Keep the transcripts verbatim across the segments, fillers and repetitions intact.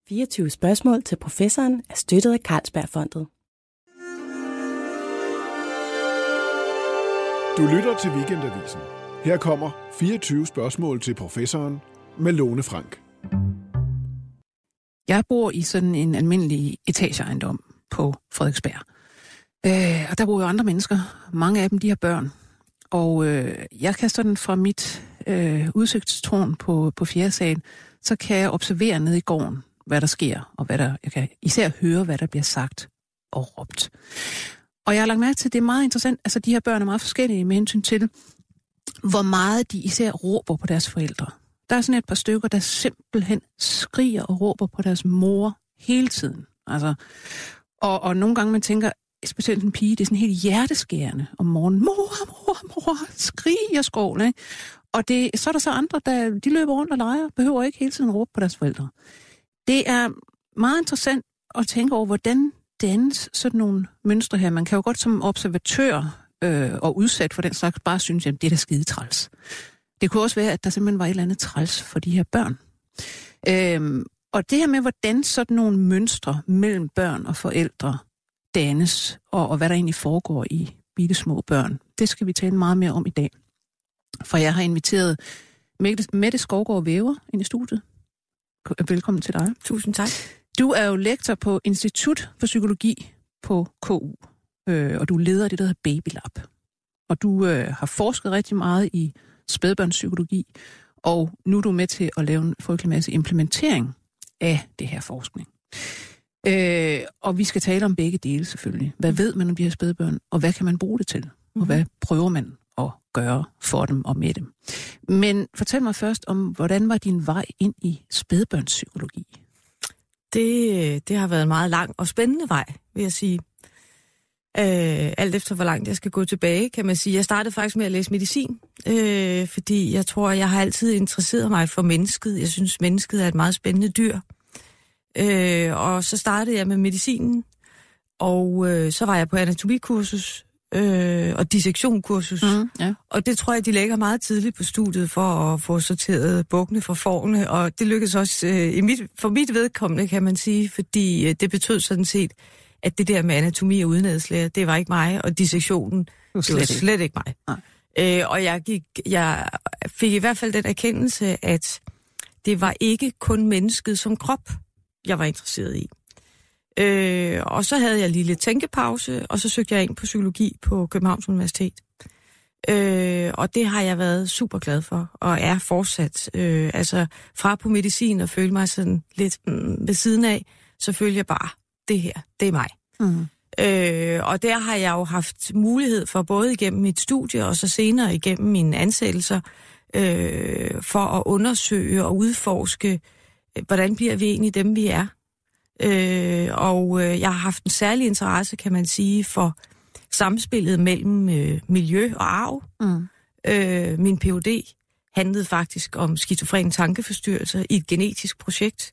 fireogtyve spørgsmål til professoren er støttet af Carlsbergfondet. Du lytter til Weekendavisen. Her kommer fireogtyve spørgsmål til professoren med Lone Frank. Jeg bor i sådan en almindelig etageejendom på Frederiksberg. Øh, og der bor jo andre mennesker. Mange af dem, de har børn. Og øh, jeg kan sådan fra mit øh, udsigtstårn på, på fjerde sal, så kan jeg observere nede i gården, hvad der sker, og hvad der, jeg kan især høre, hvad der bliver sagt og råbt. Og jeg har lagt mærke til, at det er meget interessant, altså de her børn er meget forskellige med hensyn til, hvor meget de især råber på deres forældre. Der er sådan et par stykker, der simpelthen skriger og råber på deres mor hele tiden. Altså, og, og nogle gange man tænker, specielt en pige, det er sådan helt hjerteskærende om morgenen. Mor, mor, mor, skriger skål, ikke? Og det, så er der så andre, der de løber rundt og leger, behøver ikke hele tiden råbe på deres forældre. Det er meget interessant at tænke over, hvordan dannes sådan nogle mønstre her. Man kan jo godt som observatør øh, og udsat for den slags bare synes, at det er da skide træls. Det kunne også være, at der simpelthen var et eller andet træls for de her børn. Øhm, og det her med, hvordan sådan nogle mønstre mellem børn og forældre dannes, og, og hvad der egentlig foregår i bitte små børn, det skal vi tale meget mere om i dag. For jeg har inviteret Mette Skovgaard Væver ind i studiet. Velkommen til dig. Tusind tak. Du er jo lektor på Institut for Psykologi på K U, øh, og du leder det, der hedder Babylab. Og du øh, har forsket rigtig meget i spædbørnspsykologi, og nu er du med til at lave en frygtelig masse implementering af det her forskning. Øh, og vi skal tale om begge dele selvfølgelig. Hvad ved man om de her spædbørn, og hvad kan man bruge det til? Og hvad prøver man at gøre for dem og med dem? Men fortæl mig først om, hvordan var din vej ind i spædbørnspsykologi? Det, det har været en meget lang og spændende vej, vil jeg sige. Øh, alt efter hvor langt jeg skal gå tilbage, kan man sige. Jeg startede faktisk med at læse medicin, øh, fordi jeg tror, jeg har altid interesseret mig for mennesket. Jeg synes, mennesket er et meget spændende dyr. Øh, og så startede jeg med medicinen, og øh, så var jeg på anatomikursus øh, og dissektionkursus. Mm, ja. Og det tror jeg, de lægger meget tidligt på studiet for at få sorteret bukkene fra fårene, og det lykkedes også øh, i mit, for mit vedkommende, kan man sige, fordi øh, det betød sådan set, at det der med anatomi og udenadslære, det var ikke mig, og dissektionen, det var slet ikke mig. Øh, og jeg, gik, jeg fik i hvert fald den erkendelse, at det var ikke kun mennesket som krop, jeg var interesseret i. Øh, og så havde jeg lige lidt tænkepause, og så søgte jeg ind på psykologi på Københavns Universitet. Øh, og det har jeg været super glad for, og er fortsat. Øh, altså fra på medicin og føle mig sådan lidt mm, ved siden af, så følte jeg bare, det her, det er mig. Mm. Øh, og der har jeg jo haft mulighed for, både igennem mit studie, og så senere igennem mine ansættelser, øh, for at undersøge og udforske, hvordan bliver vi egentlig dem, vi er. Øh, og øh, jeg har haft en særlig interesse, kan man sige, for samspillet mellem øh, miljø og arv. Mm. Øh, min P H D handlede faktisk om skizofrene tankeforstyrrelser i et genetisk projekt.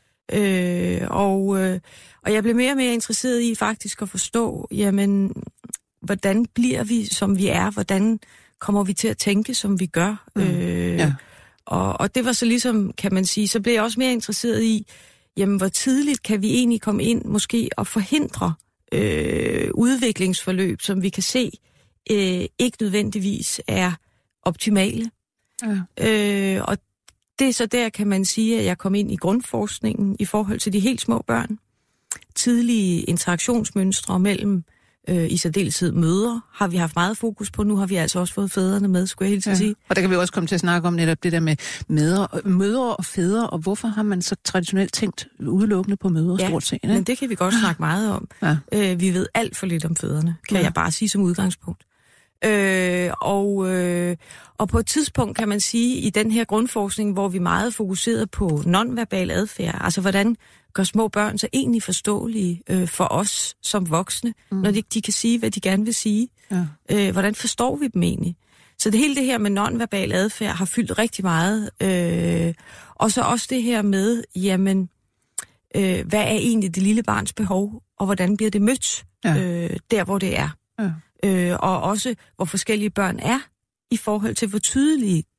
Øh, og, øh, og jeg blev mere og mere interesseret i faktisk at forstå, jamen, hvordan bliver vi, som vi er? Hvordan kommer vi til at tænke, som vi gør? Mm. Øh, ja. og, og det var så ligesom, kan man sige, så blev jeg også mere interesseret i, jamen, hvor tidligt kan vi egentlig komme ind, måske, og forhindre øh, udviklingsforløb, som vi kan se, øh, ikke nødvendigvis er optimale. Ja. Øh, og det er så der, kan man sige, at jeg kom ind i grundforskningen i forhold til de helt små børn. Tidlige interaktionsmønstre mellem øh, i særdeleshed mødre har vi haft meget fokus på. Nu har vi altså også fået fædrene med, skulle jeg helt til at sige. Ja. Og der kan vi også komme til at snakke om netop det der med mødre, mødre og fædre, og hvorfor har man så traditionelt tænkt udelukkende på mødre, ja, stort set? Ja, men det kan vi godt snakke meget om. Ja. Øh, vi ved alt for lidt om fædrene, kan ja. jeg bare sige som udgangspunkt. Øh, og, øh, og på et tidspunkt kan man sige, i den her grundforskning, hvor vi meget fokuseret på nonverbal adfærd, altså hvordan gør små børn så egentlig forståelige øh, for os som voksne, mm. når de, de kan sige, hvad de gerne vil sige. Ja. Øh, hvordan forstår vi dem egentlig? Så det hele det her med nonverbal adfærd har fyldt rigtig meget. Øh, og så også det her med, jamen, øh, hvad er egentlig det lille barns behov, og hvordan bliver det mødt ja. øh, der, hvor det er? Ja. Øh, og også, hvor forskellige børn er, i forhold til, hvor tydelige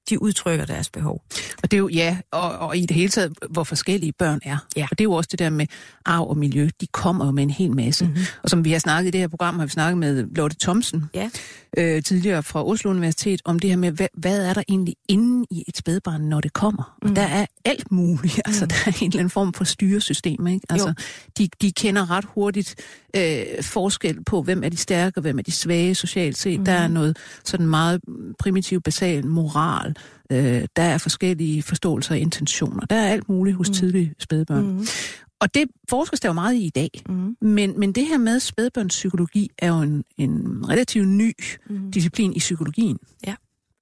de udtrykker deres behov. Og det er jo, ja, og, og i det hele taget, hvor forskellige børn er. Ja. Og det er jo også det der med arv og miljø, de kommer jo med en hel masse. Mm-hmm. Og som vi har snakket i det her program, har vi snakket med Lotte Thomsen, ja. øh, tidligere fra Oslo Universitet, om det her med, hvad, hvad er der egentlig inde i et spædbarn, når det kommer? Mm. Og der er alt muligt. Altså, mm. der er en eller anden form for styresystem, ikke? Altså, de, de kender ret hurtigt øh, forskel på, hvem er de stærke, og hvem er de svage socialt set. Mm. Der er noget sådan meget primitiv, basal moral. Øh, der er forskellige forståelser og intentioner. Der er alt muligt hos mm. tidlige spædbørn. Mm. Og det forskes der jo meget i i dag. Mm. Men, men det her med spædbørnspsykologi er jo en, en relativt ny mm. disciplin i psykologien. Ja.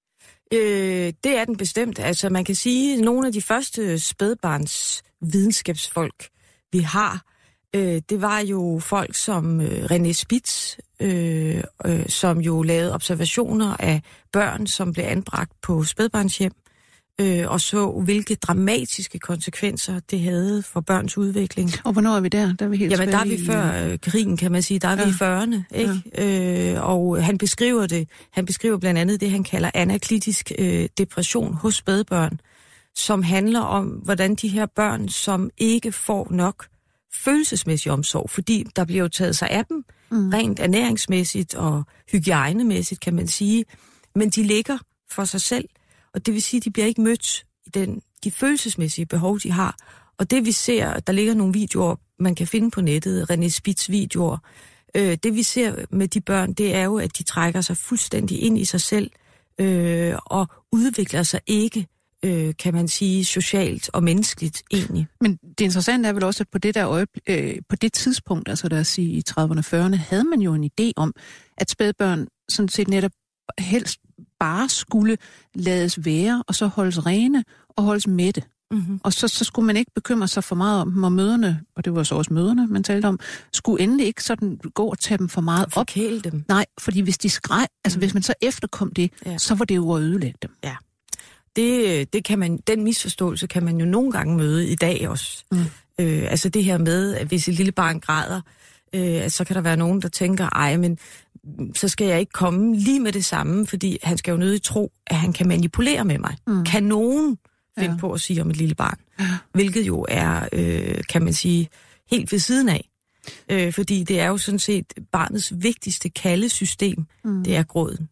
Øh, det er den bestemt. Altså man kan sige, at nogle af de første spædbarns videnskabsfolk, vi har, øh, det var jo folk som øh, René Spitz, øh, øh, som jo lavede observationer af børn, som blev anbragt på spædbarnshjem, øh, og så hvilke dramatiske konsekvenser det havde for børns udvikling. Og hvornår er vi der? Der er vi helt Jamen der er vi før øh, krigen, kan man sige. Der er ja. vi i fyrrerne, ikke? Ja. Øh, og han beskriver det. Han beskriver blandt andet det, han kalder anaklitisk øh, depression hos spædbørn, som handler om, hvordan de her børn, som ikke får nok følelsesmæssig omsorg, fordi der bliver jo taget sig af dem, mm. rent ernæringsmæssigt og hygiejnemæssigt, kan man sige, men de ligger for sig selv, og det vil sige, at de bliver ikke mødt i den, de følelsesmæssige behov, de har. Og det vi ser, der ligger nogle videoer, man kan finde på nettet, René Spitz videoer, øh, det vi ser med de børn, det er jo, at de trækker sig fuldstændig ind i sig selv, øh, og udvikler sig ikke, øh, kan man sige, socialt og menneskeligt egentlig. Men det interessante er vel også, at på det der øjeblik, øh, på det tidspunkt, altså der at sige i trediverne og fyrrerne, havde man jo en idé om, at spædbørn sådan set netop helst bare skulle lades være, og så holdes rene og holdes mætte. Mm-hmm. Og så, så skulle man ikke bekymre sig for meget om dem, og møderne, og det var så også møderne, man talte om, skulle endelig ikke sådan gå og tage dem for meget op. Forkæle dem. Nej, fordi hvis de skreg, altså mm. hvis man så efterkom det, ja. så var det jo at ødelægge dem. Ja. Det, det kan man, den misforståelse kan man jo nogle gange møde i dag også. Mm. Øh, altså det her med, at hvis et lille barn græder, øh, så kan der være nogen, der tænker, ej, men så skal jeg ikke komme lige med det samme, fordi han skal jo nødigt tro, at han kan manipulere med mig. Mm. Kan nogen finde ja. på at sige om et lille barn? Ja. Hvilket jo er, øh, kan man sige, helt ved siden af. Øh, fordi det er jo sådan set barnets vigtigste kaldesystem, mm. det er gråden.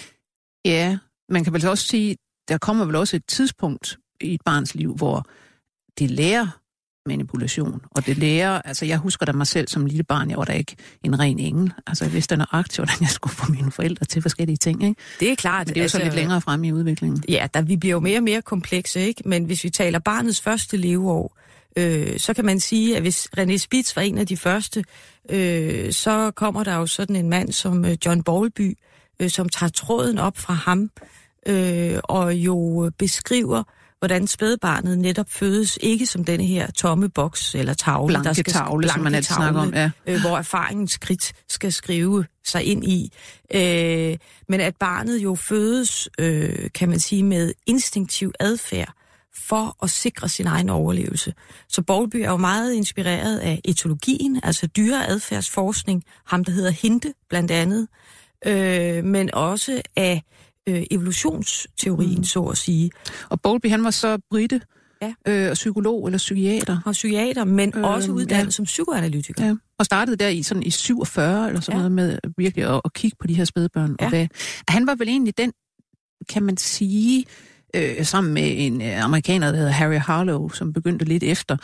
Ja, man kan vel også sige, der kommer vel også et tidspunkt i et barns liv, hvor det lærer manipulation, og det lærer, altså jeg husker da mig selv som lille barn, jeg var da ikke en ren engel, altså jeg vidste da nøjagtigt, hvordan jeg skulle få mine forældre til forskellige ting, ikke? Det er klart. Men det er jo altså, så lidt længere frem i udviklingen. Ja, der, vi bliver jo mere og mere komplekse, ikke? Men hvis vi taler barnets første leveår, øh, så kan man sige, at hvis René Spitz var en af de første, øh, så kommer der jo sådan en mand som øh, John Bowlby, øh, som tager tråden op fra ham, øh, og jo beskriver, hvordan spædbarnet netop fødes, ikke som denne her tomme boks eller tavle, blanke der skal, tavle, blanke som man altid snakker om, ja. øh, hvor erfaringens skridt skal skrive sig ind i. Øh, men at barnet jo fødes, øh, kan man sige, med instinktiv adfærd for at sikre sin egen overlevelse. Så Bowlby er jo meget inspireret af etologien, altså dyreadfærdsforskning, ham der hedder Hinde blandt andet, øh, men også af Øh, evolutionsteorien, mm. så at sige. Og Bowlby, han var så brite, ja. øh, og psykolog eller psykiater. Og psykiater, men øh, også uddannet ja. som psykoanalytiker. Ja. Og startede der i sådan i syvogfyrre eller sådan ja. noget med virkelig at, at kigge på de her spædbørn. Ja. Og hvad. Han var vel egentlig den, kan man sige, øh, sammen med en øh, amerikaner, der hedder Harry Harlow, som begyndte lidt efter.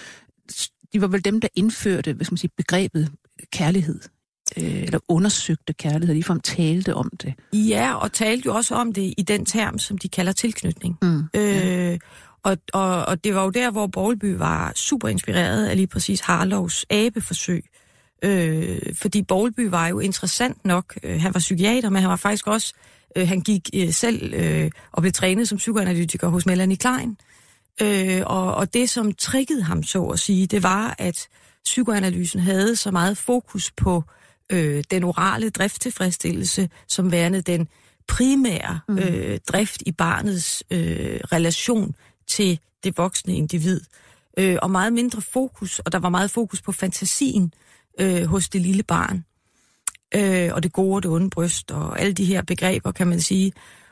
De var vel dem, der indførte, hvad skal man sige, begrebet kærlighed. Eller undersøgte kærlighed, ligefrem talte om det. Ja, og talte jo også om det i den term, som de kalder tilknytning. Mm, øh, ja. og, og, og det var jo der, hvor Bowlby var super inspireret af lige præcis Harlows abeforsøg. Øh, fordi Bowlby var jo interessant nok. Han var psykiater, men han var faktisk også, øh, han gik øh, selv øh, og blev trænet som psykoanalytiker hos Melanie Klein. Øh, og, og det, som triggede ham, så at sige, det var, at psykoanalysen havde så meget fokus på Øh, den orale drifttilfredsstillelse, som værende den primære mm. øh, drift i barnets øh, relation til det voksne individ. Øh, og meget mindre fokus, og der var meget fokus på fantasien øh, hos det lille barn. Øh, og det gode og det onde bryst, og alle de her begreber, kan man sige.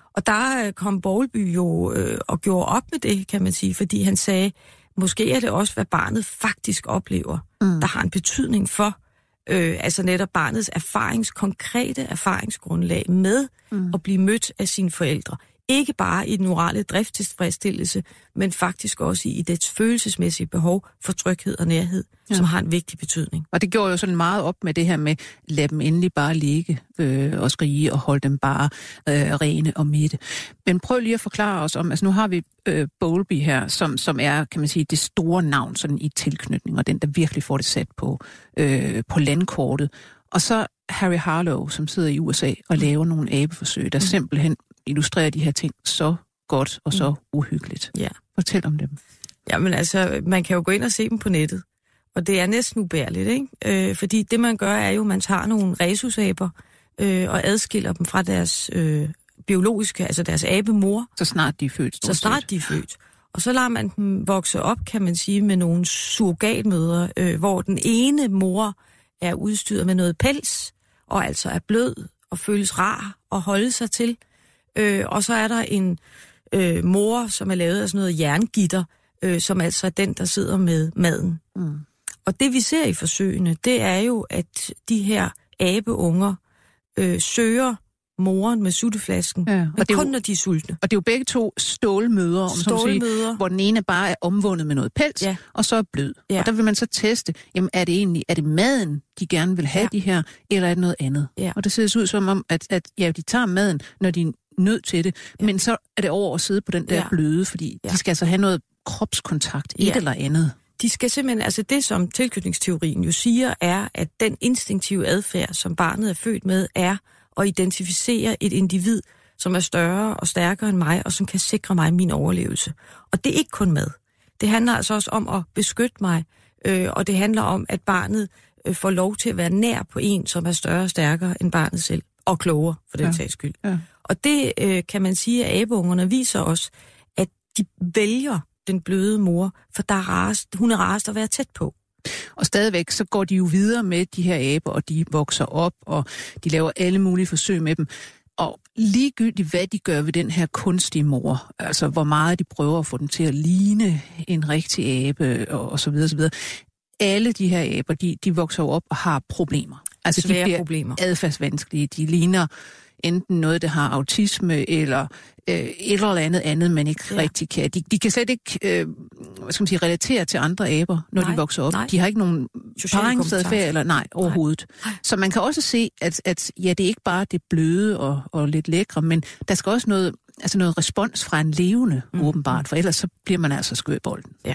Og der kom Bowlby jo øh, og gjorde op med det, kan man sige, fordi han sagde, måske er det også, hvad barnet faktisk oplever, mm. der har en betydning for, øh, altså netop barnets erfarings, konkrete erfaringsgrundlag med mm. at blive mødt af sine forældre. Ikke bare i den orale driftstilfredsstillelse, men faktisk også i dets følelsesmæssige behov for tryghed og nærhed, ja. Som har en vigtig betydning. Og det gjorde jo sådan meget op med det her med, lad dem endelig bare ligge øh, og skrige og holde dem bare øh, rene og midte. Men prøv lige at forklare os om, altså nu har vi øh, Bowlby her, som, som er, kan man sige, det store navn sådan i tilknytning, og den, der virkelig får det sat på, øh, på landkortet. Og så Harry Harlow, som sidder i U S A og laver nogle abeforsøg, der mm. simpelthen illustrerer de her ting så godt og så uhyggeligt. Ja. Fortæl om dem. Jamen altså, man kan jo gå ind og se dem på nettet, og det er næsten ubærligt, ikke? Øh, fordi det man gør er jo, at man tager nogle rhesusaber øh, og adskiller dem fra deres øh, biologiske, altså deres abemor. Så snart de er født. Så snart de er født. Og så lader man dem vokse op, kan man sige, med nogle surrogatmødre, øh, hvor den ene mor er udstyret med noget pels, og altså er blød og føles rar at holde sig til. Øh, og så er der en øh, mor, som er lavet af sådan noget jerngitter, øh, som altså er den, der sidder med maden. Mm. Og det vi ser i forsøgene, det er jo, at de her abeunger øh, søger moren med sutteflasken, ja, men kun jo, når de er sultne. Og det er jo begge to stålmødre, om stålmødre. Sige, hvor den ene bare er omvundet med noget pels, ja. Og så er blød. Ja. Og der vil man så teste, jamen er det egentlig, er det maden, de gerne vil have, ja. De her, eller er det noget andet? Ja. Og det ser ud som om, at, at ja, de tager maden, når de er nødt til det, ja. Men så er det over at sidde på den der ja. Bløde, fordi ja. De skal altså have noget kropskontakt, et ja. Eller andet. De skal simpelthen, altså det som tilknytningsteorien jo siger, er, at den instinktive adfærd, som barnet er født med, er at identificere et individ, som er større og stærkere end mig, og som kan sikre mig min overlevelse. Og det er ikke kun mad. Det handler altså også om at beskytte mig, øh, og det handler om, at barnet øh, får lov til at være nær på en, som er større og stærkere end barnet selv, og klogere for den ja. Sags skyld. Ja. Og det øh, kan man sige, at abeungerne viser os, at de vælger den bløde mor, for der er rarest, hun er rarest at være tæt på. Og stadigvæk så går de jo videre med de her aber, og de vokser op, og de laver alle mulige forsøg med dem. Og ligegyldigt hvad de gør ved den her kunstige mor, altså hvor meget de prøver at få den til at ligne en rigtig abe, og, og så videre, så videre. Alle de her aber, de, de vokser jo op og har problemer. Altså Svære de bliver problemer. Adfærdsvanskelige. De ligner enten noget, der har autisme, eller øh, et eller andet andet, man ikke ja. Rigtig kan. De, de kan slet ikke øh, hvad skal man sige, relatere til andre aber, når nej, de vokser op. Nej. De har ikke nogen paringsadfærd, eller nej, overhovedet. Nej. Så man kan også se, at, at ja, det er ikke bare det bløde og, og lidt lækre, men der skal også noget, altså noget respons fra en levende, mm. åbenbart, for ellers så bliver man altså skør i bolden. Ja.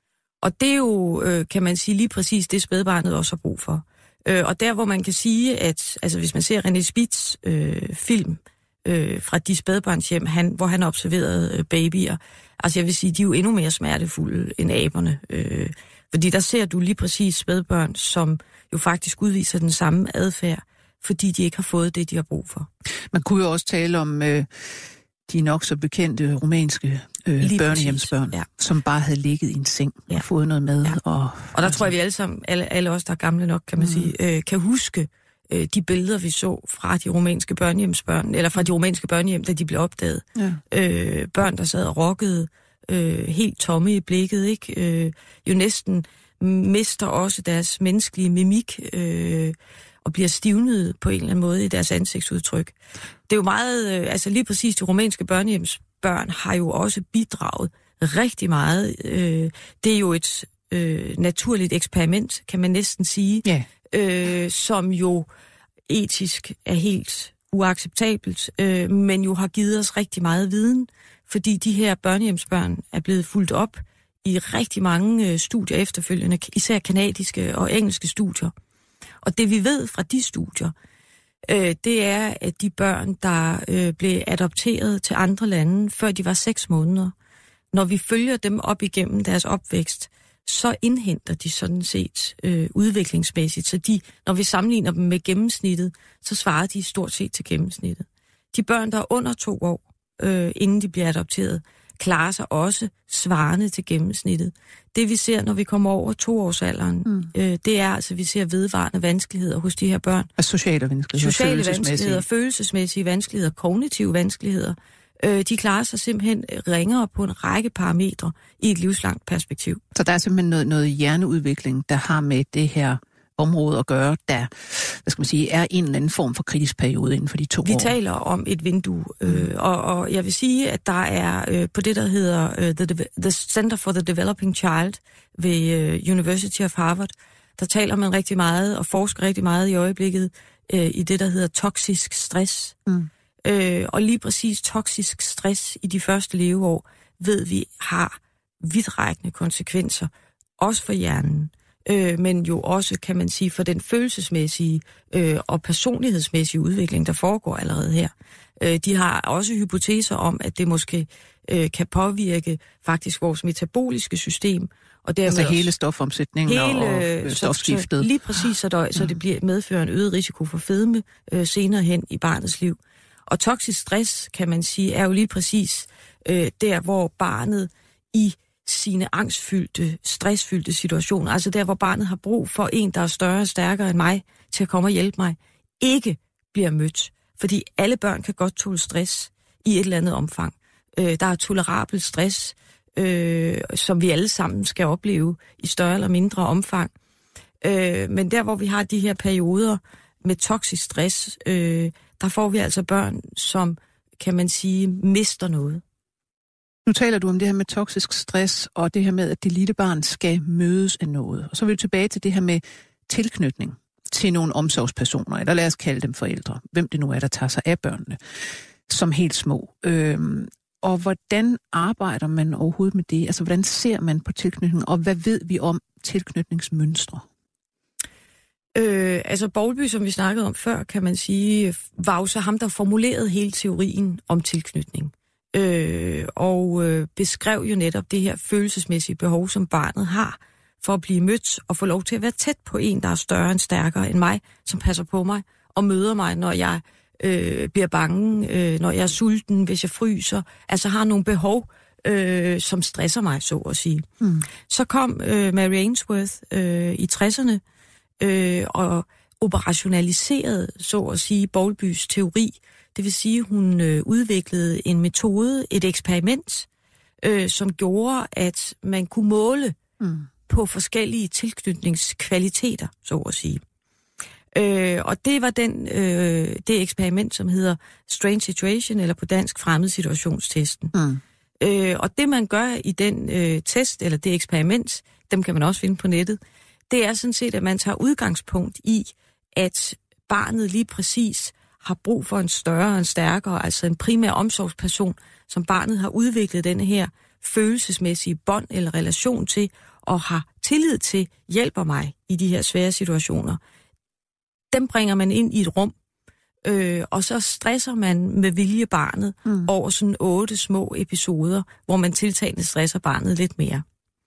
Og det er jo, øh, kan man sige, lige præcis det spædbarnet også har brug for. Øh, og der, hvor man kan sige, at altså, hvis man ser René Spitz øh, film øh, fra de spædbarnshjem, han, hvor han observerede øh, babyer, altså jeg vil sige, de er jo endnu mere smertefulde end aberne. Øh, fordi der ser du lige præcis spædbørn, som jo faktisk udviser den samme adfærd, fordi de ikke har fået det, de har brug for. Man kunne jo også tale om øh, de nok så bekendte rumænske øh, børnehjemsbørn, ja. Som bare havde ligget i en seng ja. Og fået noget mad. Ja. Og, og der tror jeg, vi alle sammen, alle, alle os, der er gamle nok, kan man mm. sige, øh, kan huske øh, de billeder, vi så fra de rumænske børnehjemsbørn, eller fra de rumænske børnehjem, da de blev opdaget. Ja. Øh, børn, der sad og rokkede, øh, helt tomme i blikket, ikke? Øh, jo næsten mister også deres menneskelige mimik, øh, og bliver stivnet på en eller anden måde i deres ansigtsudtryk. Det er jo meget, øh, altså lige præcis de rumænske børnehjemsbørn har jo også bidraget rigtig meget. Øh, det er jo et øh, naturligt eksperiment, kan man næsten sige, yeah. øh, som jo etisk er helt uacceptabelt, øh, men jo har givet os rigtig meget viden, fordi de her børnehjemsbørn er blevet fulgt op i rigtig mange øh, studier efterfølgende, især kanadiske og engelske studier. Og det vi ved fra de studier, øh, det er, at de børn, der øh, blev adopteret til andre lande, før de var seks måneder, når vi følger dem op igennem deres opvækst, så indhenter de sådan set øh, udviklingsmæssigt. Så de, når vi sammenligner dem med gennemsnittet, så svarer de stort set til gennemsnittet. De børn, der er under to år, øh, inden de bliver adopteret, klarer sig også svarende til gennemsnittet. Det vi ser, når vi kommer over toårsalderen, mm. øh, det er altså, vi ser vedvarende vanskeligheder hos de her børn. Og sociale vanskeligheder. Sociale vanskeligheder, følelsesmæssige vanskeligheder, kognitive vanskeligheder. Øh, de klarer sig simpelthen ringere på en række parametre i et livslangt perspektiv. Så der er simpelthen noget, noget hjerneudvikling, der har med det her område at gøre, der, hvad skal man sige, er en eller anden form for kritisk periode inden for de to Vi år. Vi taler om et vindue, øh, mm. og, og jeg vil sige, at der er øh, på det, der hedder øh, the, the Center for the Developing Child ved øh, University of Harvard, der taler man rigtig meget og forsker rigtig meget i øjeblikket øh, i det, der hedder toksisk stress. Mm. Øh, og lige præcis toksisk stress i de første leveår, ved vi, har vidtrækkende konsekvenser, også for hjernen. Øh, men jo også, kan man sige, for den følelsesmæssige øh, og personlighedsmæssige udvikling, der foregår allerede her. Øh, de har også hypoteser om, at det måske øh, kan påvirke faktisk vores metaboliske system. Og dermed altså hele stofomsætningen hele, og øh, stofskiftet. Så, så lige præcis, så, der, så det bliver medfører en øget risiko for fedme øh, senere hen i barnets liv. Og toksisk stress, kan man sige, er jo lige præcis øh, der, hvor barnet i sine angstfyldte, stressfyldte situationer, altså der, hvor barnet har brug for en, der er større og stærkere end mig, til at komme og hjælpe mig, ikke bliver mødt. Fordi alle børn kan godt tåle stress i et eller andet omfang. Øh, der er tolerabel stress, øh, som vi alle sammen skal opleve i større eller mindre omfang. Øh, men der, hvor vi har de her perioder med toksisk stress, øh, der får vi altså børn, som, kan man sige, mister noget. Nu taler du om det her med toksisk stress, og det her med, at det lille barn skal mødes af noget. Og så vil vi tilbage til det her med tilknytning til nogle omsorgspersoner, eller lad os kalde dem forældre, hvem det nu er, der tager sig af børnene, som helt små. Øhm, og hvordan arbejder man overhovedet med det? Altså, hvordan ser man på tilknytning, og hvad ved vi om tilknytningsmønstre? Øh, altså, Bowlby, som vi snakkede om før, kan man sige, var jo så ham, der formulerede hele teorien om tilknytning. Øh, og øh, beskrev jo netop det her følelsesmæssige behov, som barnet har for at blive mødt og få lov til at være tæt på en, der er større og stærkere end mig, som passer på mig og møder mig, når jeg øh, bliver bange, øh, når jeg er sulten, hvis jeg fryser. Altså har nogle behov, øh, som stresser mig, så at sige. Mm. Så kom øh, Mary Ainsworth øh, i tresserne øh, og operationaliserede, så at sige, Bowlbys teori. Det vil sige, at hun øh, udviklede en metode, et eksperiment, øh, som gjorde, at man kunne måle mm. på forskellige tilknytningskvaliteter, så at sige. Øh, og det var den, øh, det eksperiment, som hedder Strange Situation, eller på dansk fremmedssituationstesten. Mm. Øh, og det, man gør i den øh, test, eller det eksperiment, dem kan man også finde på nettet, det er sådan set, at man tager udgangspunkt i, at barnet lige præcis har brug for en større og en stærkere, altså en primær omsorgsperson, som barnet har udviklet denne her følelsesmæssige bånd eller relation til, og har tillid til, hjælper mig i de her svære situationer. Dem bringer man ind i et rum, øh, og så stresser man med vilje barnet mm. over sådan otte små episoder, hvor man tiltagende stresser barnet lidt mere.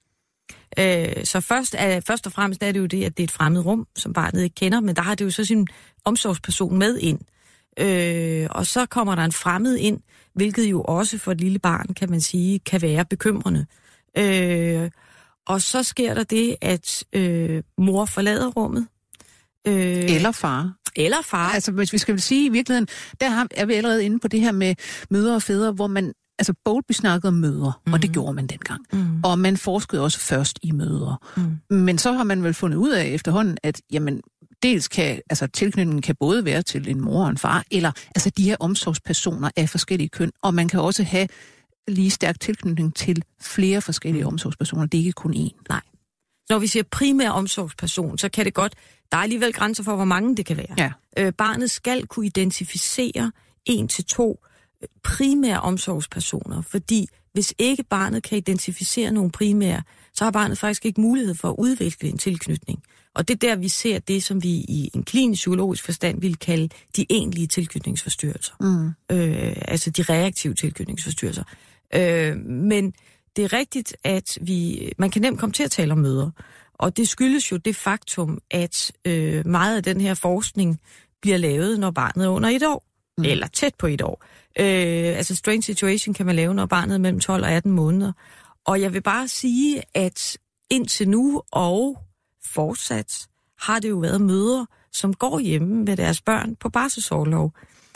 Øh, så først, er, først og fremmest er det jo det, at det er et fremmed rum, som barnet ikke kender, men der har det jo så sin omsorgsperson med ind. Øh, og så kommer der en fremmed ind, hvilket jo også for et lille barn, kan man sige, kan være bekymrende. Øh, og så sker der det, at øh, mor forlader rummet. Øh, eller far. Eller far. Altså, hvis vi skal sige i virkeligheden, der er vi allerede inde på det her med mødre og fædre, hvor man, altså Bowlby snakkede om mødre, mm. og det gjorde man dengang. Mm. Og man forskede også først i mødre. Mm. Men så har man vel fundet ud af efterhånden, at jamen, dels kan, altså tilknytningen kan både være til en mor og en far, eller altså de her omsorgspersoner af forskellige køn, og man kan også have lige stærk tilknytning til flere forskellige mm. omsorgspersoner. Det er ikke kun én. Nej. Når vi siger primær omsorgsperson, så kan det godt, der er alligevel grænser for, hvor mange det kan være. Ja. Øh, barnet skal kunne identificere en til to primære omsorgspersoner, fordi hvis ikke barnet kan identificere nogle primære, så har barnet faktisk ikke mulighed for at udvikle en tilknytning. Og det er der, vi ser det, som vi i en klinisk psykologisk forstand vil kalde de egentlige tilknytningsforstyrrelser. Mm. Øh, altså de reaktive tilknytningsforstyrrelser. Øh, men det er rigtigt, at vi, man kan nemt komme til at tale om mødre. Og det skyldes jo det faktum, at øh, meget af den her forskning bliver lavet, når barnet er under et år. Mm. Eller tæt på et år. Øh, altså Strange Situation kan man lave, når barnet er mellem tolv og atten måneder. Og jeg vil bare sige, at indtil nu og fortsat har det jo været mødre, som går hjemme med deres børn på barselsorlov.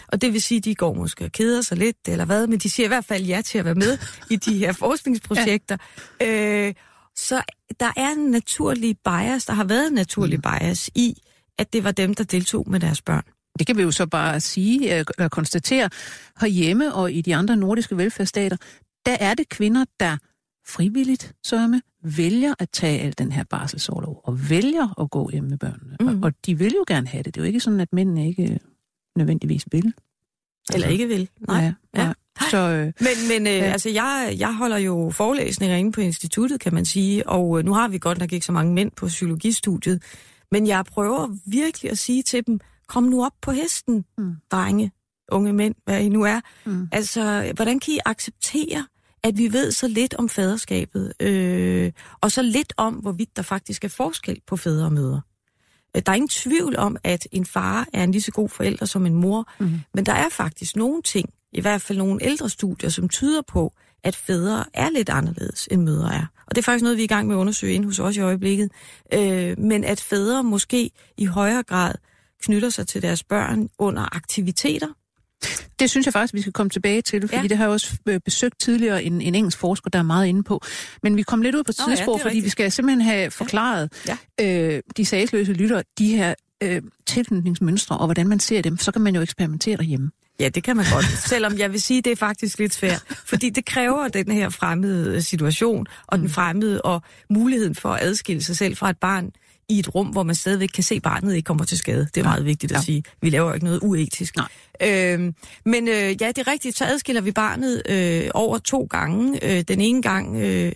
Og det vil sige, at de går måske og keder sig lidt, eller hvad, men de siger i hvert fald ja til at være med i de her forskningsprojekter. Ja. Øh, så der er en naturlig bias, der har været en naturlig mm. bias i, at det var dem, der deltog med deres børn. Det kan vi jo så bare sige, eller konstatere, herhjemme og i de andre nordiske velfærdsstater, der er det kvinder, der frivilligt, sørme, vælger at tage al den her barselsorlov, og vælger at gå hjem med børnene. Mm. Og, og de vil jo gerne have det. Det er jo ikke sådan, at mændene ikke nødvendigvis vil. Altså, eller ikke vil. Nej. Ja, ja. Ja. Så, øh, men men øh, ja. altså, jeg, jeg holder jo forelæsninger inde på instituttet, kan man sige, og øh, nu har vi godt nok ikke så mange mænd på psykologistudiet, men jeg prøver virkelig at sige til dem, kom nu op på hesten, mm. drenge, unge mænd, hvad I nu er. Mm. Altså, hvordan kan I acceptere, at vi ved så lidt om faderskabet, øh, og så lidt om, hvorvidt der faktisk er forskel på fædre og mødre. Der er ingen tvivl om, at en far er en lige så god forælder som en mor, mm. men der er faktisk nogle ting, i hvert fald nogle ældre studier, som tyder på, at fædre er lidt anderledes, end mødre er. Og det er faktisk noget, vi er i gang med at undersøge inde hos os i øjeblikket. Øh, men at fædre måske i højere grad knytter sig til deres børn under aktiviteter. Det synes jeg faktisk, vi skal komme tilbage til, fordi ja. det har jeg også besøgt tidligere en, en engelsk forsker, der er meget inde på. Men vi kom lidt ud på tidsspor, ja, fordi rigtigt. vi skal simpelthen have forklaret ja. Ja. Øh, de sagsløse lyttere, de her øh, tilknytningsmønstre, og hvordan man ser dem. Så kan man jo eksperimentere derhjemme. Ja, det kan man godt. Selvom jeg vil sige, det er faktisk lidt svært. Fordi det kræver den her fremmede situation, og mm. den fremmede, og muligheden for at adskille sig selv fra et barn i et rum, hvor man stadigvæk kan se, at barnet ikke kommer til skade. Det er meget vigtigt at ja. sige. Vi laver jo ikke noget uetisk. Øhm, men øh, ja, det er rigtigt. Så adskiller vi barnet øh, over to gange. Øh, den ene gang, øh,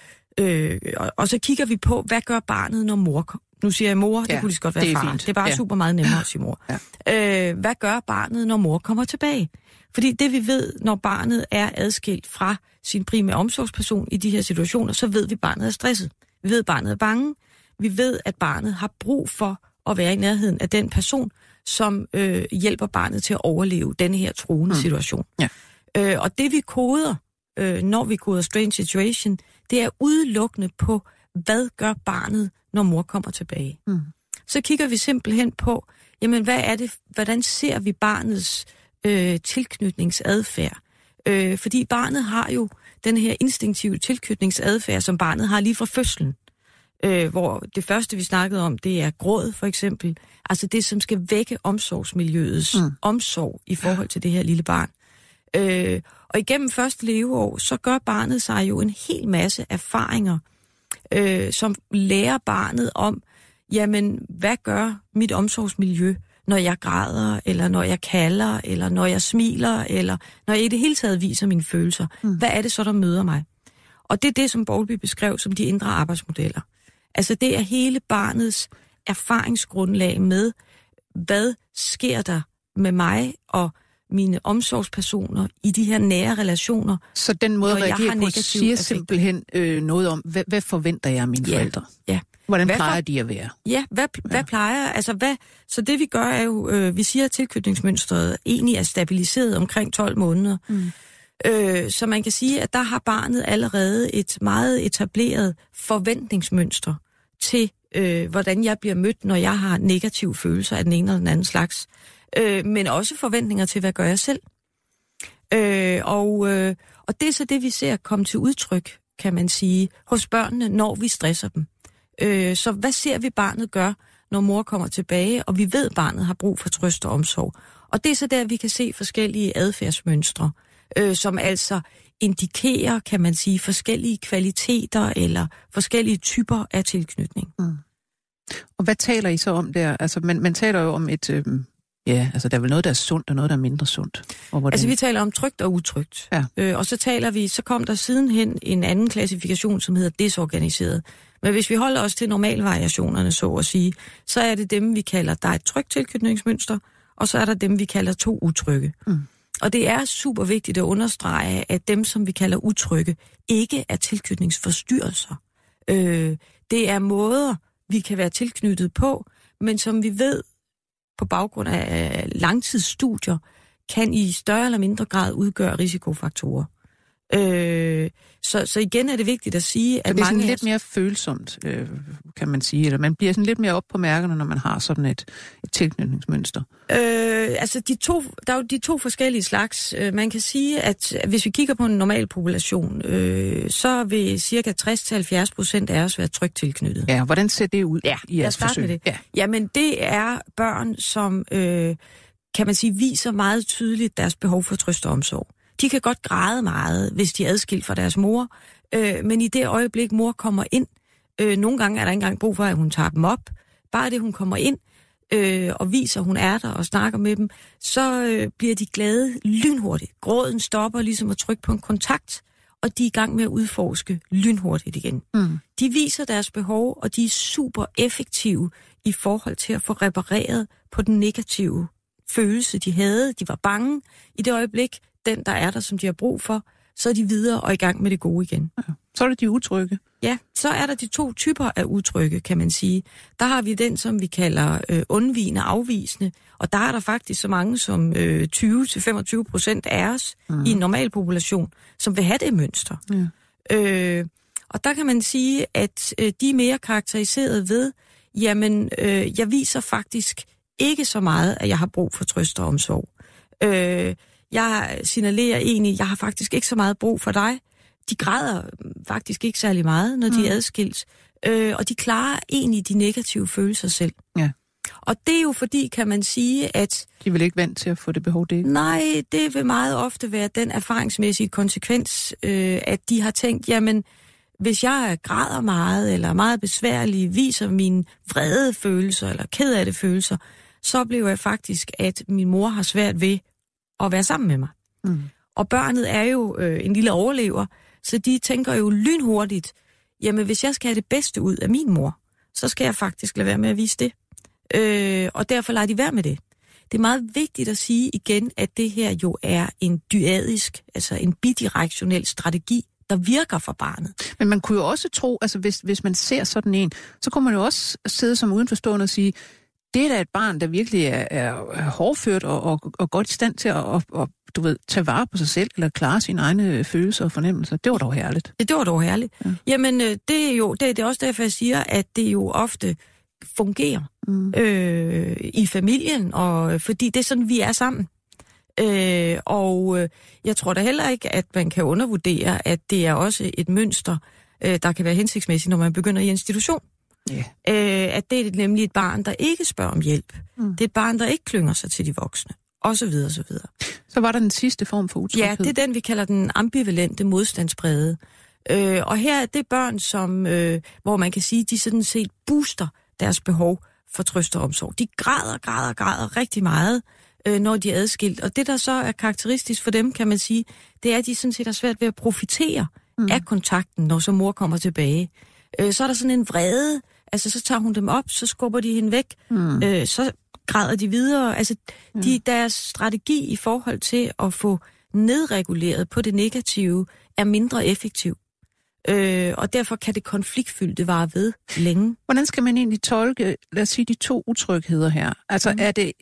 øh, og, og så kigger vi på, hvad gør barnet, når mor... Nu siger jeg mor, ja, det kunne lige så godt være det far. Fint. Det er bare ja. super meget nemmere at sige mor. Ja. Øh, hvad gør barnet, når mor kommer tilbage? Fordi det vi ved, når barnet er adskilt fra sin primære omsorgsperson i de her situationer, så ved vi, at barnet er stresset. Vi ved, at barnet er bange. Vi ved, at barnet har brug for at være i nærheden af den person, som øh, hjælper barnet til at overleve denne her truende mm. situation. Ja. Øh, og det vi koder, øh, når vi koder strange situation, det er udelukkende på, hvad gør barnet, når mor kommer tilbage. Mm. Så kigger vi simpelthen på, jamen hvad er det, hvordan ser vi barnets øh, tilknytningsadfærd? Øh, fordi barnet har jo den her instinktive tilknytningsadfærd, som barnet har lige fra fødslen. Øh, hvor det første, vi snakkede om, det er gråd for eksempel. Altså det, som skal vække omsorgsmiljøets mm. omsorg i forhold til det her lille barn. Øh, og igennem første leveår, så gør barnet sig jo en hel masse erfaringer, øh, som lærer barnet om, jamen, hvad gør mit omsorgsmiljø, når jeg græder, eller når jeg kalder, eller når jeg smiler, eller når jeg i det hele taget viser mine følelser. Mm. Hvad er det så, der møder mig? Og det er det, som Bowlby beskrev som de indre arbejdsmodeller. Altså det er hele barnets erfaringsgrundlag med, hvad sker der med mig og mine omsorgspersoner i de her nære relationer. Så den måde at reagere på siger simpelthen øh, noget om, hvad, hvad forventer jeg af mine ja. forældre? Ja. Hvordan hvad plejer for, de at være? Ja, hvad, ja. hvad plejer... Altså hvad, så det vi gør er jo, øh, vi siger, at tilknytningsmønstret egentlig er stabiliseret omkring tolv måneder. Mm. Øh, så man kan sige, at der har barnet allerede et meget etableret forventningsmønster til, øh, hvordan jeg bliver mødt, når jeg har negative følelser af den ene eller den anden slags. Øh, men også forventninger til, hvad gør jeg selv. Øh, og, øh, og det er så det, vi ser komme til udtryk, kan man sige, hos børnene, når vi stresser dem. Øh, så hvad ser vi barnet gør, når mor kommer tilbage, og vi ved, at barnet har brug for trøst og omsorg. Og det er så der, vi kan se forskellige adfærdsmønstre, øh, som altså indikerer, kan man sige, forskellige kvaliteter eller forskellige typer af tilknytning. Mm. Og hvad taler I så om der? Altså, man, man taler jo om et... Øh... Ja, altså der er vel noget, der er sundt, og noget, der er mindre sundt. Og altså vi taler om trygt og utrygt. Ja. Øh, og så taler vi, så kom der sidenhen en anden klassifikation, som hedder desorganiseret. Men hvis vi holder os til normalvariationerne, så at sige, så er det dem, vi kalder, der er et trygt tilknytningsmønster, og så er der dem, vi kalder to utrygge. Mm. Og det er super vigtigt at understrege, at dem, som vi kalder utrygge, ikke er tilknytningsforstyrrelser. Øh, det er måder, vi kan være tilknyttet på, men som vi ved, på baggrund af langtidsstudier, kan i større eller mindre grad udgøre risikofaktorer. Øh, så, så igen er det vigtigt at sige, at så det er mange sådan lidt mere følsomt, øh, kan man sige, eller man bliver sådan lidt mere op på mærkerne, når man har sådan et, et tilknytningsmønster. Øh, altså, de to, der er jo de to forskellige slags. Øh, man kan sige, at hvis vi kigger på en normal population, øh, så vil cirka tres til halvfjerds procent af os være trygt tilknyttet. Ja, hvordan ser det ud ja, i jeres forsøg? Med det. Ja. Jamen, det er børn, som, øh, kan man sige, viser meget tydeligt deres behov for trøst og omsorg. De kan godt græde meget, hvis de er adskilt fra deres mor, øh, men i det øjeblik, mor kommer ind, øh, nogle gange er der ikke engang brug for, at hun tager dem op. Bare det, hun kommer ind øh, og viser, at hun er der og snakker med dem, så øh, bliver de glade lynhurtigt. Gråden stopper ligesom at trykke på en kontakt, og de er i gang med at udforske lynhurtigt igen. Mm. De viser deres behov, og de er super effektive i forhold til at få repareret på den negative følelse, de havde. De var bange. I det øjeblik, den, der er der, som de har brug for, så er de videre og i gang med det gode igen. Ja. Så er det de utrygge. Ja, så er der de to typer af utrygge, kan man sige. Der har vi den, som vi kalder øh, undvigende, afvisende, og der er der faktisk så mange som øh, tyve til femogtyve procent af os mm. i en normal population, som vil have det mønster. Ja. Øh, og der kan man sige, at øh, de er mere karakteriseret ved, jamen, øh, jeg viser faktisk ikke så meget, at jeg har brug for trøst og omsorg. Øh, Jeg signalerer egentlig, jeg har faktisk ikke så meget brug for dig. De græder faktisk ikke særlig meget, når de mm. er adskilt. Øh, og de klarer egentlig de negative følelser selv. Ja. Og det er jo fordi, kan man sige, at... De er vel ikke vant til at få det behov, det ikke? Nej, det vil meget ofte være den erfaringsmæssige konsekvens, øh, at de har tænkt, jamen, hvis jeg græder meget, eller meget besværlig, viser mine vrede følelser, eller ked af det følelser, så oplever jeg faktisk, at min mor har svært ved at være sammen med mig. Mm. Og børnet er jo øh, en lille overlever, så de tænker jo lynhurtigt, jamen hvis jeg skal have det bedste ud af min mor, så skal jeg faktisk lade være med at vise det. Øh, og derfor lader de være med det. Det er meget vigtigt at sige igen, at det her jo er en dyadisk, altså en bidirektionel strategi, der virker for barnet. Men man kunne jo også tro, altså hvis, hvis man ser sådan en, så kunne man jo også sidde som udenforstående og sige, det er da et barn, der virkelig er, er hårdført og, og, og godt i stand til at og, og, du ved, tage vare på sig selv, eller klare sine egne følelser og fornemmelser. Det var dog herligt. Det, det var dog herligt. Ja. Jamen, det er jo det, det er også derfor, jeg siger, at det jo ofte fungerer mm. øh, i familien, og fordi det er sådan, vi er sammen. Øh, og øh, jeg tror da heller ikke, at man kan undervurdere, at det er også et mønster, øh, der kan være hensigtsmæssigt, når man begynder i institution. Yeah. Øh, at det er nemlig et barn, der ikke spørger om hjælp. Mm. Det er et barn, der ikke klynger sig til de voksne. Og så videre, så videre. Så var der den sidste form for utryghed? Ja, det er den, vi kalder den ambivalente modstandsprægede. Øh, og her er det børn, som, øh, hvor man kan sige, de sådan set booster deres behov for trøst og omsorg. De græder, græder, græder rigtig meget, øh, når de er adskilt. Og det, der så er karakteristisk for dem, kan man sige, det er, at de sådan set har svært ved at profitere mm. af kontakten, når så mor kommer tilbage. Øh, så er der sådan en vrede, altså så tager hun dem op, så skubber de hende væk, mm. øh, så græder de videre. Altså de, deres strategi i forhold til at få nedreguleret på det negative, er mindre effektiv. Øh, og derfor kan det konfliktfyldte vare ved længe. Hvordan skal man egentlig tolke, lad os sige, de to utrygheder her? Altså mm. er det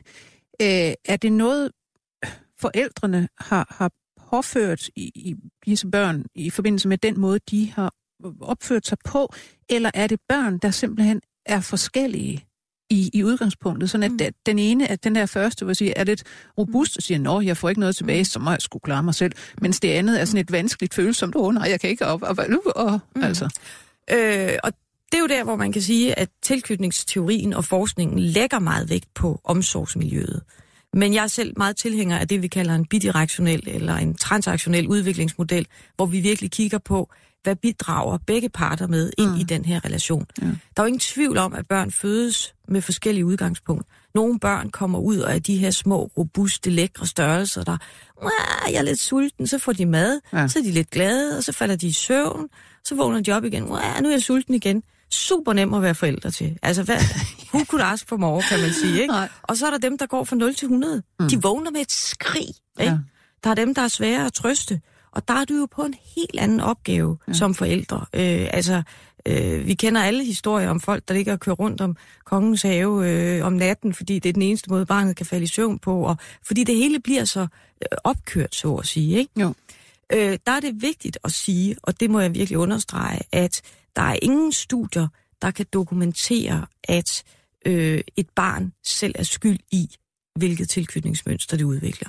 øh, er det noget, forældrene har, har påført i, i disse børn i forbindelse med den måde, de har opført sig på, eller er det børn, der simpelthen er forskellige i, i udgangspunktet, sådan at mm. den ene, at den der første, vil sige, er lidt robust og siger, nå, jeg får ikke noget tilbage, så må jeg skulle klare mig selv, mens det andet er sådan et vanskeligt følsomt, åh nej, jeg kan ikke op, og, og, og mm. altså. Øh, og det er jo der, hvor man kan sige, at tilknytningsteorien og forskningen lægger meget vægt på omsorgsmiljøet. Men jeg er selv meget tilhænger af det, vi kalder en bidirektionel eller en transaktionel udviklingsmodel, hvor vi virkelig kigger på, hvad bidrager begge parter med ind mm. i den her relation. Ja. Der er jo ingen tvivl om, at børn fødes med forskellige udgangspunkter. Nogle børn kommer ud og er de her små, robuste, lækre størrelser, der, jeg er lidt sulten, så får de mad, ja. Så er de lidt glade, og så falder de i søvn, så vågner de op igen, nu er jeg sulten igen. Super nem at være forældre til. Altså, hvad, who could ask for more, kan man sige, ikke? Nej. Og så er der dem, der går fra nul til hundrede. Mm. De vågner med et skrig, ikke? Ja. Der er dem, der er svære at trøste. Og der er du jo på en helt anden opgave ja. Som forældre. Øh, altså, øh, vi kender alle historier om folk, der ligger og kører rundt om kongens have øh, om natten, fordi det er den eneste måde, barnet kan falde i søvn på, og fordi det hele bliver så øh, opkørt, så at sige, ikke? Jo. Øh, der er det vigtigt at sige, og det må jeg virkelig understrege, at der er ingen studier, der kan dokumentere, at øh, et barn selv er skyld i, hvilket tilknytningsmønster det udvikler.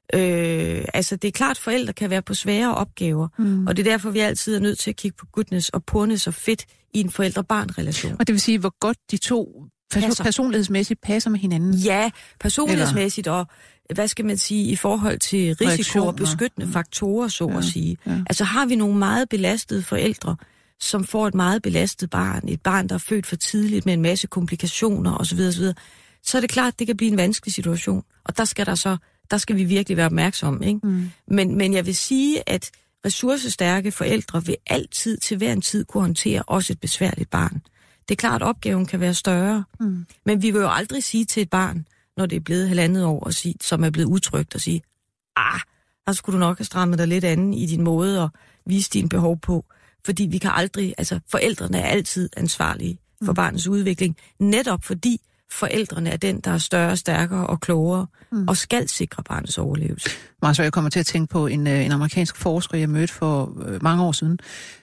Øh, altså det er klart, at forældre kan være på svære opgaver, mm. og det er derfor, vi altid er nødt til at kigge på goodness og pureness og fedt i en forældre-barn-relation. Og det vil sige, hvor godt de to passer. personlighedsmæssigt passer med hinanden? Ja, personlighedsmæssigt Eller? og, hvad skal man sige, i forhold til risiko og beskyttende mm. faktorer, så ja, at sige. Ja. Altså har vi nogle meget belastede forældre, som får et meget belastet barn, et barn, der er født for tidligt med en masse komplikationer osv., osv., så er det klart, at det kan blive en vanskelig situation. Og der skal der så der skal vi virkelig være opmærksomme, ikke? Mm. Men, men jeg vil sige, at ressourcestærke forældre vil altid til hver en tid kunne håndtere også et besværligt barn. Det er klart, at opgaven kan være større, mm. men vi vil jo aldrig sige til et barn, når det er blevet halvandet år, og sige, som er blevet utrygt, og sige, ah, der skulle du nok have strammet dig lidt anden i din måde at vise dine behov på. Fordi vi kan aldrig, altså forældrene er altid ansvarlige for mm. barnets udvikling, netop fordi forældrene er den, der er større, stærkere og klogere, mm. og skal sikre barnets overlevelse. Marcel, jeg kommer til at tænke på en, en amerikansk forsker, jeg mødte for øh, mange år siden,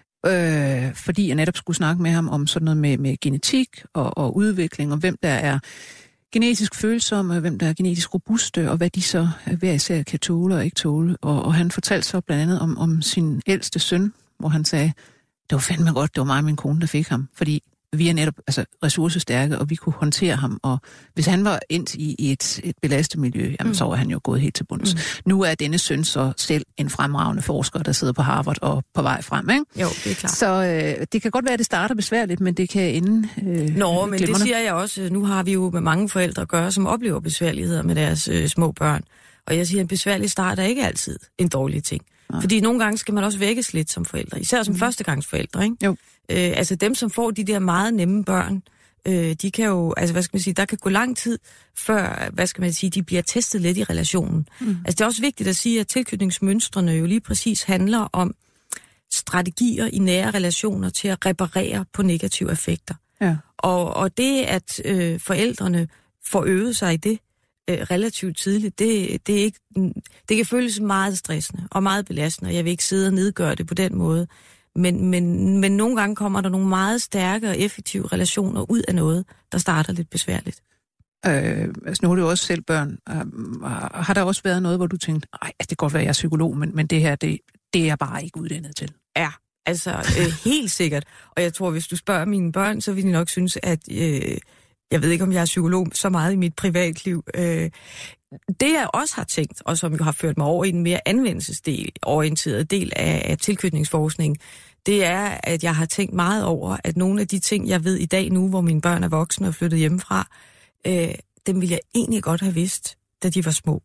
øh, fordi jeg netop skulle snakke med ham om sådan noget med, med genetik og, og udvikling, og hvem der er genetisk følsomme, hvem der er genetisk robuste, og hvad de så hver især kan tåle og ikke tåle. Og, og han fortalte så blandt andet om, om sin ældste søn, hvor han sagde, det var fandme godt, det var mig og min kone, der fik ham, fordi vi er netop altså, ressourcestærke, og vi kunne håndtere ham. Og hvis han var ind i et, et belastet miljø, jamen, mm. så var han jo gået helt til bunds. Mm. Nu er denne søn så selv en fremragende forsker, der sidder på Harvard og på vej frem, ikke? Jo, det er klart. Så øh, det kan godt være, at det starter besværligt, men det kan ende øh, Nå, men glimrende. Det siger jeg også. Nu har vi jo med mange forældre at gøre, som oplever besværligheder med deres øh, små børn. Og jeg siger, at en besværlig start er ikke altid en dårlig ting. Nej. Fordi nogle gange skal man også vækkes lidt som forældre, især som mm. førstegangsforældre, ikke? Jo. Øh, altså dem, som får de der meget nemme børn, øh, de kan jo, altså hvad skal man sige, der kan gå lang tid, før, hvad skal man sige, de bliver testet lidt i relationen. Mm. Altså det er også vigtigt at sige, at tilknytningsmønstrene jo lige præcis handler om strategier i nære relationer til at reparere på negative effekter. Ja. Og, og det, at øh, forældrene får øvet sig i det, relativt tidligt, det, det, er ikke, det kan føles meget stressende og meget belastende, og jeg vil ikke sidde og nedgøre det på den måde. Men, men, men nogle gange kommer der nogle meget stærke og effektive relationer ud af noget, der starter lidt besværligt. Øh, altså nu er det jo også selv børn. Uh, har der også været noget, hvor du tænkte, nej, det kan godt være, jeg er psykolog, men, men det her, det, det er jeg bare ikke uddannet til? Ja, altså øh, helt sikkert. Og jeg tror, hvis du spørger mine børn, så vil de nok synes, at øh, jeg ved ikke, om jeg er psykolog så meget i mit privatliv. Øh, det, jeg også har tænkt, og som jo har ført mig over i en mere anvendelsesdel, orienteret del af, af tilknytningsforskning, det er, at jeg har tænkt meget over, at nogle af de ting, jeg ved i dag nu, hvor mine børn er voksne og flyttet hjemmefra, øh, dem ville jeg egentlig godt have vidst, da de var små.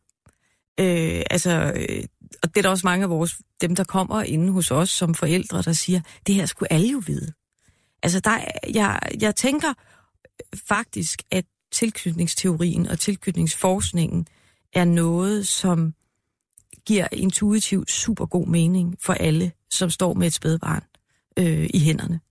Øh, altså, øh, og det er der også mange af vores, dem der kommer inde hos os som forældre, der siger, det her skulle alle jo vide. Altså, der, jeg, jeg tænker faktisk, at tilknytningsteorien og tilknytningsforskningen er noget, som giver intuitivt super god mening for alle, som står med et spædbarn øh, i hænderne.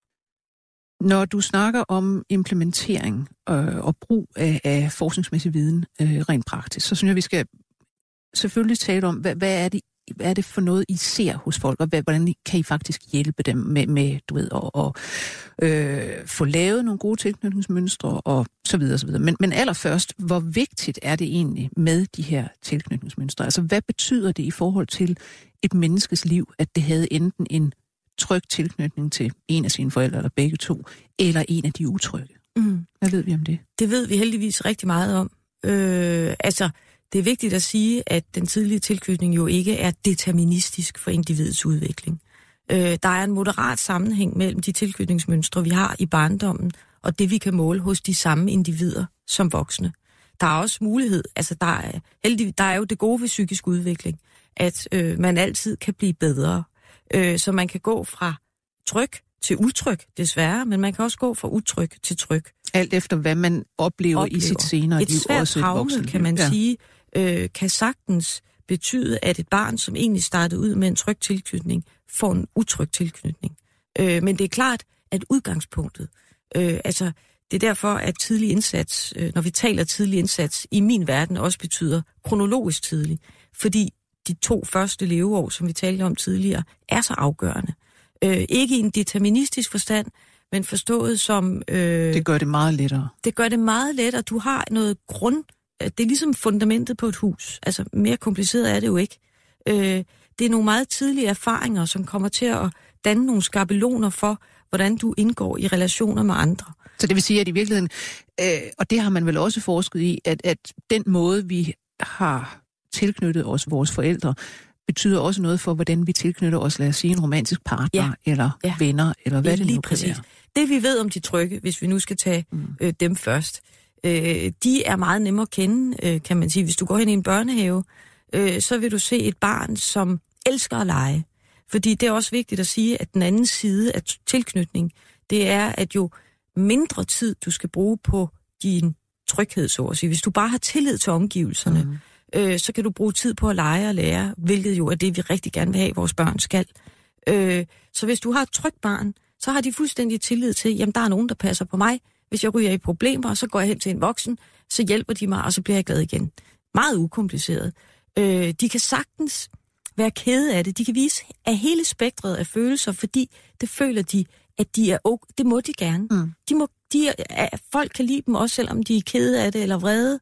Når du snakker om implementering øh, og brug af, af forskningsmæssig viden øh, rent praktisk, så synes jeg, vi skal selvfølgelig tale om, hvad, hvad, er det, hvad er det for noget, I ser hos folk, og hvad, hvordan kan I faktisk hjælpe dem med, med du ved, at, at øh, få lavet nogle gode tilknytningsmønstre og så videre, så videre. Men, men allerførst, hvor vigtigt er det egentlig med de her tilknytningsmønstre? Altså, hvad betyder det i forhold til et menneskes liv, at det havde enten en tryg tilknytning til en af sine forældre, eller begge to, eller en af de utrygge? Mm. Hvad ved vi om det? Det ved vi heldigvis rigtig meget om. Øh, altså, det er vigtigt at sige, at den tidlige tilknytning jo ikke er deterministisk for individets udvikling. Øh, der er en moderat sammenhæng mellem de tilknytningsmønstre, vi har i barndommen, og det, vi kan måle hos de samme individer som voksne. Der er også mulighed, altså der er, heldig, der er jo det gode ved psykisk udvikling, at øh, man altid kan blive bedre. Øh, så man kan gå fra tryg til utryg, desværre, men man kan også gå fra utryg til tryg. Alt efter, hvad man oplever, oplever. i sit senere liv. Et svært traume, kan man ja. sige, øh, kan sagtens betyde, at et barn, som egentlig startede ud med en tryg tilknytning, får en utryg tilknytning. Øh, men det er klart, at udgangspunktet, øh, altså det er derfor, at tidlig indsats, øh, når vi taler tidlig indsats, i min verden også betyder kronologisk tidlig. Fordi de to første leveår, som vi talte om tidligere, er så afgørende. Øh, ikke i en deterministisk forstand, men forstået som... Øh, det gør det meget lettere. Det gør det meget lettere. Du har noget grund... Det er ligesom fundamentet på et hus. Altså, mere kompliceret er det jo ikke. Øh, det er nogle meget tidlige erfaringer, som kommer til at danne nogle skabeloner for, hvordan du indgår i relationer med andre. Så det vil sige, at i virkeligheden, øh, og det har man vel også forsket i, at, at den måde, vi har tilknyttet os vores forældre, betyder også noget for, hvordan vi tilknytter os, lad os sige, en romantisk partner, ja. eller ja. venner, eller hvad ja, det nu kan præcis. være. Det vi ved om de trygge, hvis vi nu skal tage mm. øh, dem først, øh, de er meget nemmere at kende, øh, kan man sige. Hvis du går hen i en børnehave, øh, så vil du se et barn, som elsker at lege. Fordi det er også vigtigt at sige, at den anden side af tilknytning, det er, at jo mindre tid, du skal bruge på din tryghed, så at sige. Hvis du bare har tillid til omgivelserne, mm. øh, så kan du bruge tid på at lege og lære, hvilket jo er det, vi rigtig gerne vil have, vores børn skal. Øh, så hvis du har et trygt barn, så har de fuldstændig tillid til, jamen der er nogen, der passer på mig. Hvis jeg ryger i problemer, så går jeg hen til en voksen, så hjælper de mig, og så bliver jeg glad igen. Meget ukompliceret. Øh, de kan sagtens være kede af det. De kan vise af hele spektret af følelser, fordi det føler de, at de er okay. Det må de gerne. Mm. De må, de er, folk kan lide dem også, selvom de er kede af det eller vrede.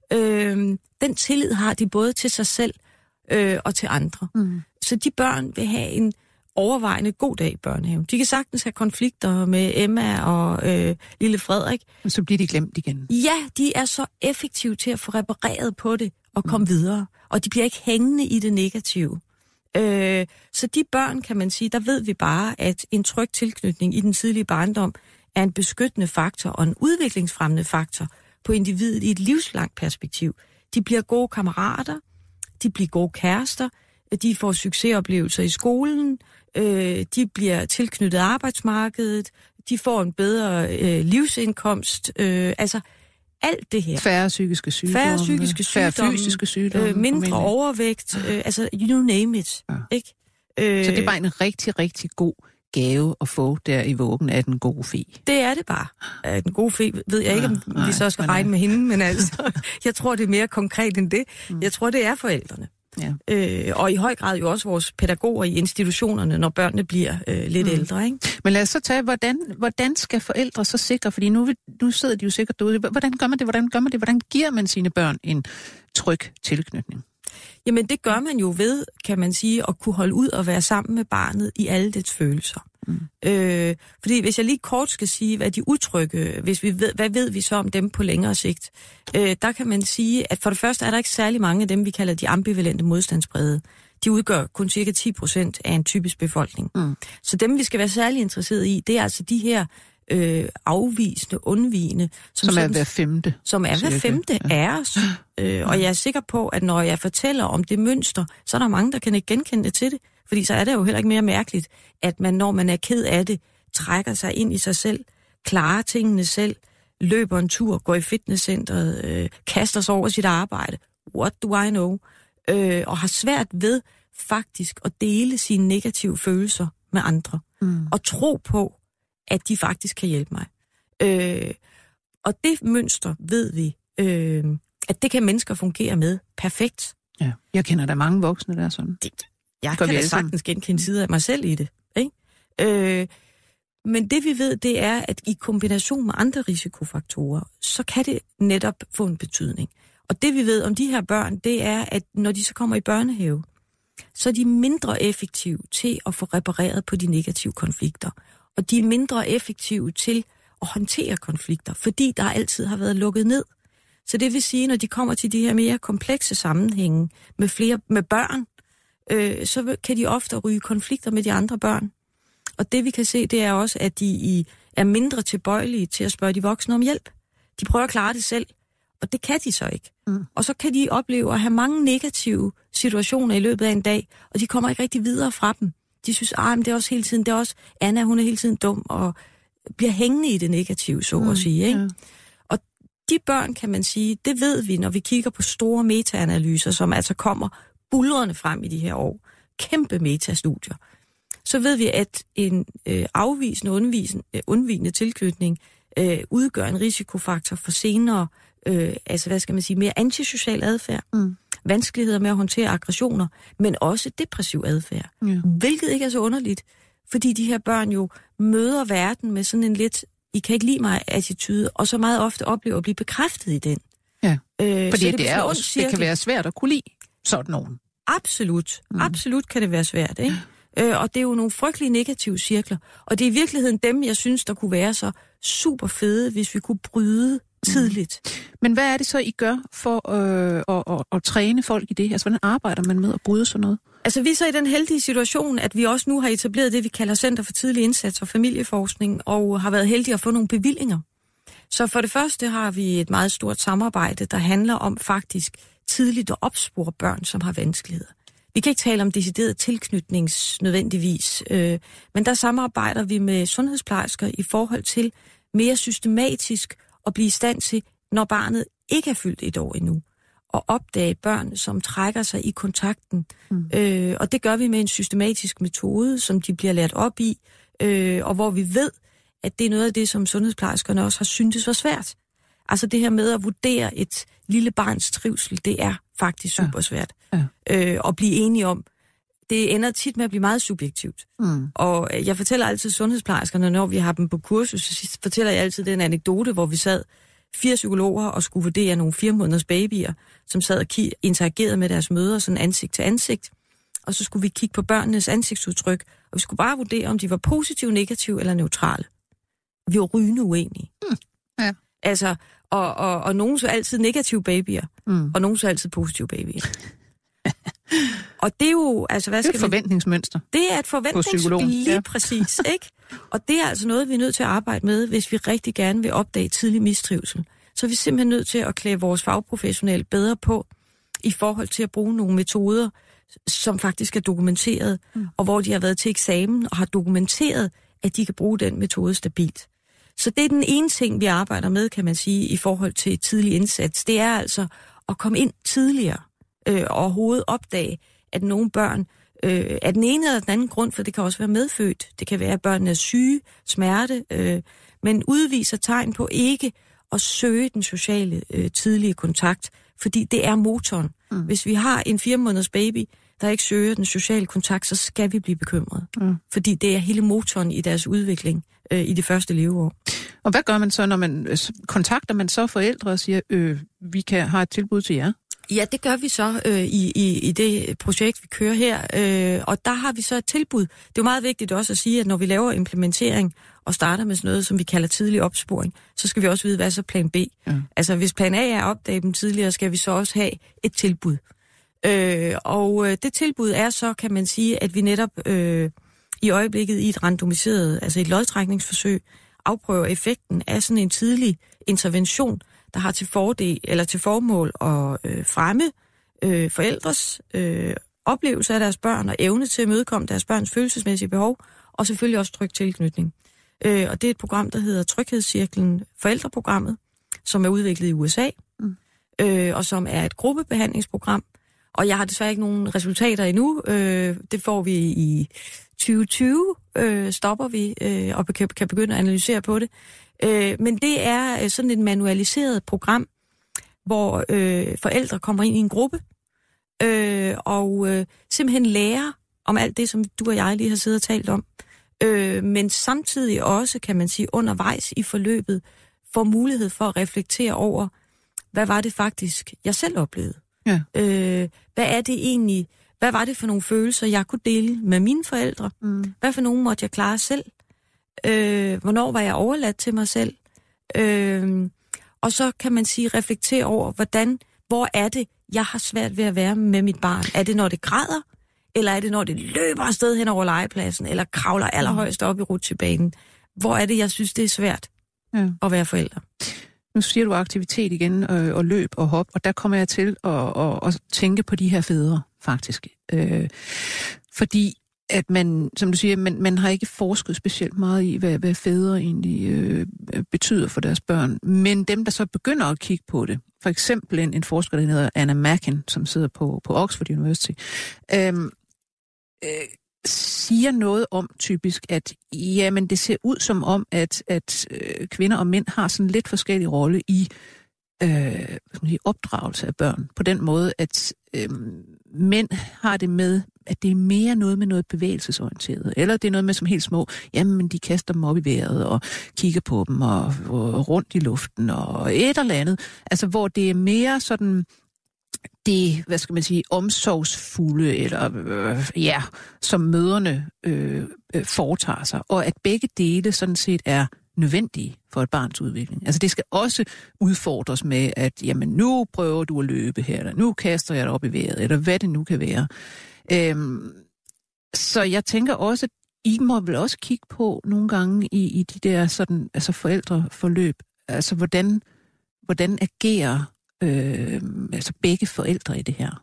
Øh, den tillid har de både til sig selv øh, og til andre. Mm. Så de børn vil have en overvejende god dag i børnehaven. De kan sagtens have konflikter med Emma og øh, lille Frederik. Men så bliver de glemt igen. Ja, de er så effektive til at få repareret på det og komme mm. videre. Og de bliver ikke hængende i det negative. Øh, så de børn, kan man sige, der ved vi bare, at en tryg tilknytning i den tidlige barndom er en beskyttende faktor og en udviklingsfremmende faktor på individet i et livslangt perspektiv. De bliver gode kammerater, de bliver gode kærester, de får succesoplevelser i skolen, øh, de bliver tilknyttet arbejdsmarkedet, de får en bedre øh, livsindkomst, øh, altså alt det her. Færre psykiske sygdomme. Færre psykiske sygdomme. Færre fysiske sygdomme. Øh, mindre formentlig. overvægt, øh, altså you name it, ja. ikke? Øh, Så det er bare en rigtig, rigtig god gave at få der i vuggen af den gode fe. Det er det bare. Den gode fe ved jeg ikke, om ja, nej, vi så skal regne med hende, men altså, jeg tror, det er mere konkret end det. Mm. Jeg tror, det er forældrene. Ja. Øh, og i høj grad jo også vores pædagoger i institutionerne, når børnene bliver øh, lidt mm. ældre. Ikke? Men lad os så tage, hvordan, hvordan skal forældre så sikre, fordi nu, nu sidder de jo sikkert derude, hvordan gør man det, hvordan gør man det, hvordan giver man sine børn en tryg tilknytning? Jamen det gør man jo ved, kan man sige, at kunne holde ud og være sammen med barnet i alle dets følelser. Mm. Øh, fordi hvis jeg lige kort skal sige, hvad de utrygge, hvis vi ved, hvad ved vi så om dem på længere sigt, øh, der kan man sige, at for det første er der ikke særlig mange af dem, vi kalder de ambivalente modstandsprægede. De udgør kun cirka ti procent af en typisk befolkning. Mm. Så dem, vi skal være særlig interesseret i, det er altså de her øh, afvisende, undvigende. Som, som er hver femte. Som er hver femte ja. af os. Øh, og jeg er sikker på, at når jeg fortæller om det mønster, så er der mange, der kan ikke genkende det til det. Fordi så er det jo heller ikke mere mærkeligt, at man, når man er ked af det, trækker sig ind i sig selv, klarer tingene selv, løber en tur, går i fitnesscenteret, øh, kaster sig over sit arbejde, what do I know, øh, og har svært ved faktisk at dele sine negative følelser med andre, mm. og tro på, at de faktisk kan hjælpe mig. Øh, og det mønster ved vi, øh, at det kan mennesker fungere med perfekt. Ja. Jeg kender da mange voksne, der er sådan. Det, jeg kan da sagtens genkende sider af mig selv i det. Ikke? Øh, men det vi ved, det er, at i kombination med andre risikofaktorer, så kan det netop få en betydning. Og det vi ved om de her børn, det er, at når de så kommer i børnehave, så er de mindre effektive til at få repareret på de negative konflikter. Og de er mindre effektive til at håndtere konflikter, fordi der altid har været lukket ned. Så det vil sige, når de kommer til de her mere komplekse sammenhænge med flere med børn, øh, så kan de ofte ryge konflikter med de andre børn. Og det vi kan se, det er også, at de i, er mindre tilbøjelige til at spørge de voksne om hjælp. De prøver at klare det selv, og det kan de så ikke. Mm. Og så kan de opleve at have mange negative situationer i løbet af en dag, og de kommer ikke rigtig videre fra dem. De synes, ah, men det er også hele tiden, det er også, Anna, hun er hele tiden dum, og bliver hængende i det negative, så mm, at sige. Ikke? Ja. Og de børn, kan man sige, det ved vi, når vi kigger på store metaanalyser, som altså kommer buldrende frem i de her år. Kæmpe metastudier. Så ved vi, at en øh, afvisende, undvisende, øh, undvigende tilknytning øh, udgør en risikofaktor for senere, øh, altså hvad skal man sige, mere antisocial adfærd. Mm. vanskeligheder med at håndtere aggressioner, men også depressiv adfærd. Ja. Hvilket ikke er så underligt, fordi de her børn jo møder verden med sådan en lidt, I kan ikke lide mig attitude, og så meget ofte oplever at blive bekræftet i den. Ja, øh, fordi det, det, er også, det kan være svært at kunne lide sådan nogen. Absolut. Mm. Absolut kan det være svært, ikke? Øh, og det er jo nogle frygtelige negative cirkler. Og det er i virkeligheden dem, jeg synes, der kunne være så super fede, hvis vi kunne bryde tidligt. Mm. Men hvad er det så, I gør for øh, at, at, at træne folk i det? Altså, hvordan arbejder man med at bryde sådan noget? Altså, vi er så i den heldige situation, at vi også nu har etableret det, vi kalder Center for Tidlig Indsats og Familieforskning, og har været heldige at få nogle bevillinger. Så for det første har vi et meget stort samarbejde, der handler om faktisk tidligt at opspore børn, som har vanskeligheder. Vi kan ikke tale om decideret tilknytningsnødvendigvis, øh, men der samarbejder vi med sundhedsplejersker i forhold til mere systematisk at blive i stand til, når barnet ikke er fyldt et år endnu, og opdage børn, som trækker sig i kontakten. Mm. Øh, og det gør vi med en systematisk metode, som de bliver lært op i, øh, og hvor vi ved, at det er noget af det, som sundhedsplejerskerne også har syntes var svært. Altså det her med at vurdere et lille barns trivsel, det er faktisk super svært. Ja. Ja. Øh, at blive enige om. Det ender tit med at blive meget subjektivt. Mm. Og jeg fortæller altid sundhedsplejerskerne, når vi har dem på kursus, så fortæller jeg altid den anekdote, hvor vi sad fire psykologer og skulle vurdere nogle fire måneders babyer, som sad og interagerede med deres mødre sådan ansigt til ansigt. Og så skulle vi kigge på børnenes ansigtsudtryk, og vi skulle bare vurdere, om de var positive, negative eller neutrale. Vi var rygende uenige. Mm. Ja. Altså, og, og, og nogen så altid negative babyer, mm. og nogen så altid positive babyer. Og det er jo, altså hvad skal det er et forventningsmønster. Man... Det er et forventningsmønster, lige ja. Præcis, ikke? Og det er altså noget, vi er nødt til at arbejde med, hvis vi rigtig gerne vil opdage tidlig mistrivsel. Så er vi simpelthen nødt til at klæde vores fagprofessionelle bedre på, i forhold til at bruge nogle metoder, som faktisk er dokumenteret, mm. og hvor de har været til eksamen og har dokumenteret, at de kan bruge den metode stabilt. Så det er den ene ting, vi arbejder med, kan man sige, i forhold til tidlig indsats. Det er altså at komme ind tidligere øh, og overhovedet opdage, at nogle børn øh, af den ene eller den anden grund, for det kan også være medfødt, det kan være, at børnene er syge, smerte, øh, men udviser tegn på ikke at søge den sociale øh, tidlige kontakt, fordi det er motoren. Mm. Hvis vi har en fire måneders baby, der ikke søger den sociale kontakt, så skal vi blive bekymrede. Mm. Fordi det er hele motoren i deres udvikling øh, i det første leveår. Og hvad gør man så, når man øh, kontakter man så forældre og siger, øh, vi kan have et tilbud til jer? Ja, det gør vi så øh, i, i, i det projekt, vi kører her. Øh, og der har vi så et tilbud. Det er jo meget vigtigt også at sige, at når vi laver implementering og starter med sådan noget, som vi kalder tidlig opsporing, så skal vi også vide, hvad er så plan B. Ja. Altså hvis plan A er at opdage dem tidligere, skal vi så også have et tilbud. Øh, og øh, det tilbud er så, kan man sige, at vi netop øh, i øjeblikket i et randomiseret, altså et lodtrækningsforsøg, afprøver effekten af sådan en tidlig intervention, der har til fordel eller til formål at øh, fremme øh, forældres øh, oplevelse af deres børn og evne til at mødekomme deres børns følelsesmæssige behov, og selvfølgelig også tryg tilknytning. Øh, og det er et program, der hedder Tryghedscirklen Forældreprogrammet, som er udviklet i U S A, mm. øh, og som er et gruppebehandlingsprogram. Og jeg har desværre ikke nogen resultater endnu. Øh, det får vi i tyve tyve, øh, stopper vi øh, og kan, kan begynde at analysere på det. Øh, men det er sådan et manualiseret program, hvor øh, forældre kommer ind i en gruppe øh, og øh, simpelthen lærer om alt det, som du og jeg lige har siddet og talt om. Øh, men samtidig også, kan man sige, undervejs i forløbet får mulighed for at reflektere over, hvad var det faktisk, jeg selv oplevede? Ja. Øh, hvad er det egentlig, hvad var det for nogle følelser, jeg kunne dele med mine forældre? Mm. Hvad for nogle måtte jeg klare selv? Øh, hvornår var jeg overladt til mig selv? Øh, og så kan man sige, reflektere over, hvordan, hvor er det, jeg har svært ved at være med mit barn? Er det, når det græder? Eller er det, når det løber afsted hen over legepladsen? Eller kravler allerhøjst op i rutsjebanen? Hvor er det, jeg synes, det er svært ja. At være forælder? Nu siger du aktivitet igen, øh, og løb og hop, og der kommer jeg til at, at, at tænke på de her fædre, faktisk. Øh, fordi at man, som du siger, man, man har ikke forsket specielt meget i, hvad, hvad fædre egentlig øh, betyder for deres børn. Men dem, der så begynder at kigge på det, for eksempel en, en forsker, der hedder Anna Mackin, som sidder på, på Oxford University, øh, øh, siger noget om typisk, at jamen, det ser ud som om, at, at øh, kvinder og mænd har sådan lidt forskellig rolle i øh, opdragelse af børn. På den måde, at øh, mænd har det med, at det er mere noget med noget bevægelsesorienteret. Eller det er noget med som helt små, jamen de kaster dem op i vejret og kigger på dem og, og rundt i luften og et eller andet. Altså hvor det er mere sådan det, hvad skal man sige, omsorgsfulde, eller øh, ja, som mødrene øh, øh, foretager sig. Og at begge dele sådan set er nødvendige for et barns udvikling. Altså det skal også udfordres med, at jamen nu prøver du at løbe her, eller nu kaster jeg dig op i vejret, eller hvad det nu kan være. Øhm, så jeg tænker også, at I må vel også kigge på nogle gange i, i de der sådan, altså forældreforløb, altså hvordan, hvordan agerer øh, altså begge forældre i det her?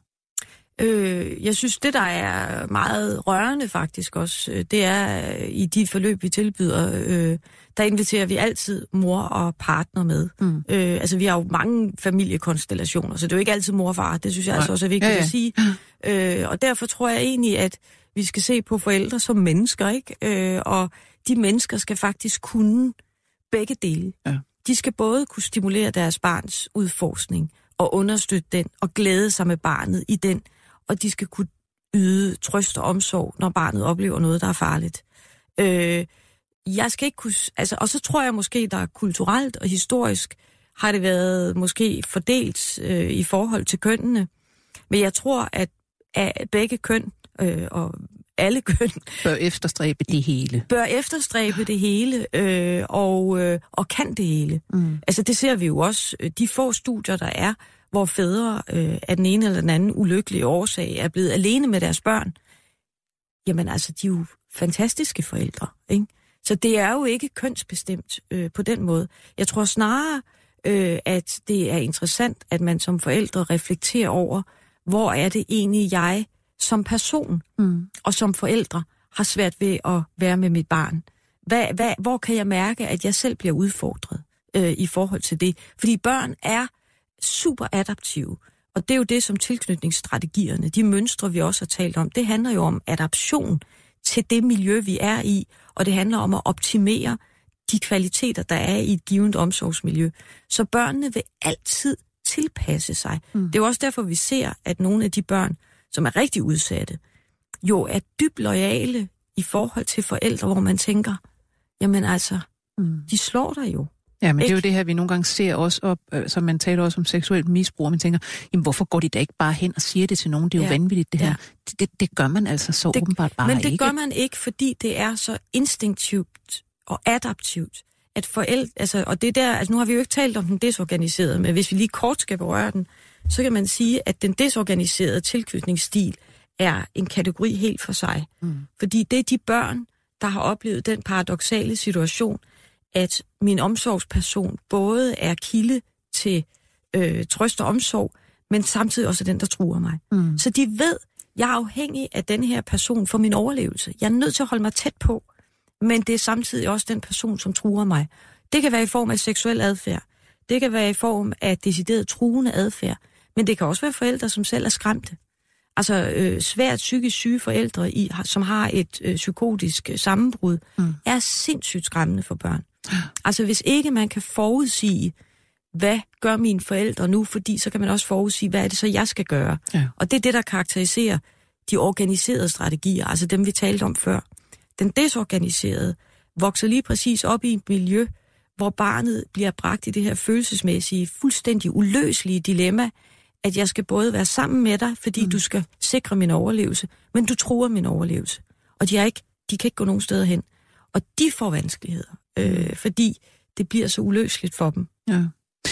Øh, jeg synes, det der er meget rørende faktisk også, det er i de forløb, vi tilbyder, øh, der inviterer vi altid mor og partner med. Mm. Øh, altså vi har jo mange familiekonstellationer, så det er jo ikke altid mor og far, det synes jeg altså også er vigtigt ja, ja. at sige. Øh, og derfor tror jeg egentlig, at vi skal se på forældre som mennesker, ikke? Øh, og de mennesker skal faktisk kunne begge dele. Ja. De skal både kunne stimulere deres barns udforskning og understøtte den og glæde sig med barnet i den, og de skal kunne yde trøst og omsorg, når barnet oplever noget, der er farligt. Øh, jeg skal ikke kunne... Altså, og så tror jeg måske, der er kulturelt og historisk har det været måske fordelt øh, i forhold til kønnene. Men jeg tror, at, at begge køn øh, og alle køn... Bør efterstræbe det hele. Bør efterstræbe det hele, øh, og, øh, og kan det hele. Mm. Altså det ser vi jo også. De få studier, der er, hvor fædre øh, af den ene eller den anden ulykkelige årsag er blevet alene med deres børn, jamen altså, de er jo fantastiske forældre, ikke? Så det er jo ikke kønsbestemt øh, på den måde. Jeg tror snarere, øh, at det er interessant, at man som forældre reflekterer over, hvor er det egentlig jeg som person mm. og som forældre har svært ved at være med mit barn. Hvad, hvad, hvor kan jeg mærke, at jeg selv bliver udfordret øh, i forhold til det? Fordi børn er super adaptive, og det er jo det, som tilknytningsstrategierne, de mønstre, vi også har talt om, det handler jo om adaption til det miljø, vi er i, og det handler om at optimere de kvaliteter, der er i et givet omsorgsmiljø. Så børnene vil altid tilpasse sig. Mm. Det er jo også derfor, vi ser, at nogle af de børn, som er rigtig udsatte, jo er dybt loyale i forhold til forældre, hvor man tænker, jamen altså, mm. de slår dig jo. Ja, men ikke? Det er jo det her, vi nogle gange ser også op, øh, som man taler også om seksuelt misbrug, og man tænker, jamen hvorfor går de da ikke bare hen og siger det til nogen? Det er jo ja. vanvittigt, det her. Ja. Det, det, det gør man altså så det, åbenbart bare ikke. Men det ikke. gør man ikke, fordi det er så instinktivt og adaptivt, at forældre, altså, og det der, altså nu har vi jo ikke talt om den desorganiserede, men hvis vi lige kort skal berøre den, så kan man sige, at den desorganiserede tilknytningsstil er en kategori helt for sig. Mm. Fordi det er de børn, der har oplevet den paradoksale situation, at min omsorgsperson både er kilde til øh, trøst og omsorg, men samtidig også den, der truer mig. Mm. Så de ved, jeg er afhængig af den her person for min overlevelse. Jeg er nødt til at holde mig tæt på, men det er samtidig også den person, som truer mig. Det kan være i form af seksuel adfærd. Det kan være i form af decideret truende adfærd. Men det kan også være forældre, som selv er skræmte. Altså øh, svært psykisk syge forældre, i, som har et øh, psykotisk øh, sammenbrud, mm. er sindssygt skræmmende for børn. Altså hvis ikke man kan forudsige, hvad gør mine forældre nu, fordi så kan man også forudsige, hvad er det så, jeg skal gøre. Ja. Og det er det, der karakteriserer de organiserede strategier, altså dem, vi talte om før. Den desorganiserede vokser lige præcis op i et miljø, hvor barnet bliver bragt i det her følelsesmæssige, fuldstændig uløselige dilemma, at jeg skal både være sammen med dig, fordi mm. du skal sikre min overlevelse, men du truer min overlevelse. Og de, er ikke, de kan ikke gå nogen steder hen. Og de får vanskeligheder, øh, fordi det bliver så uløseligt for dem. Ja.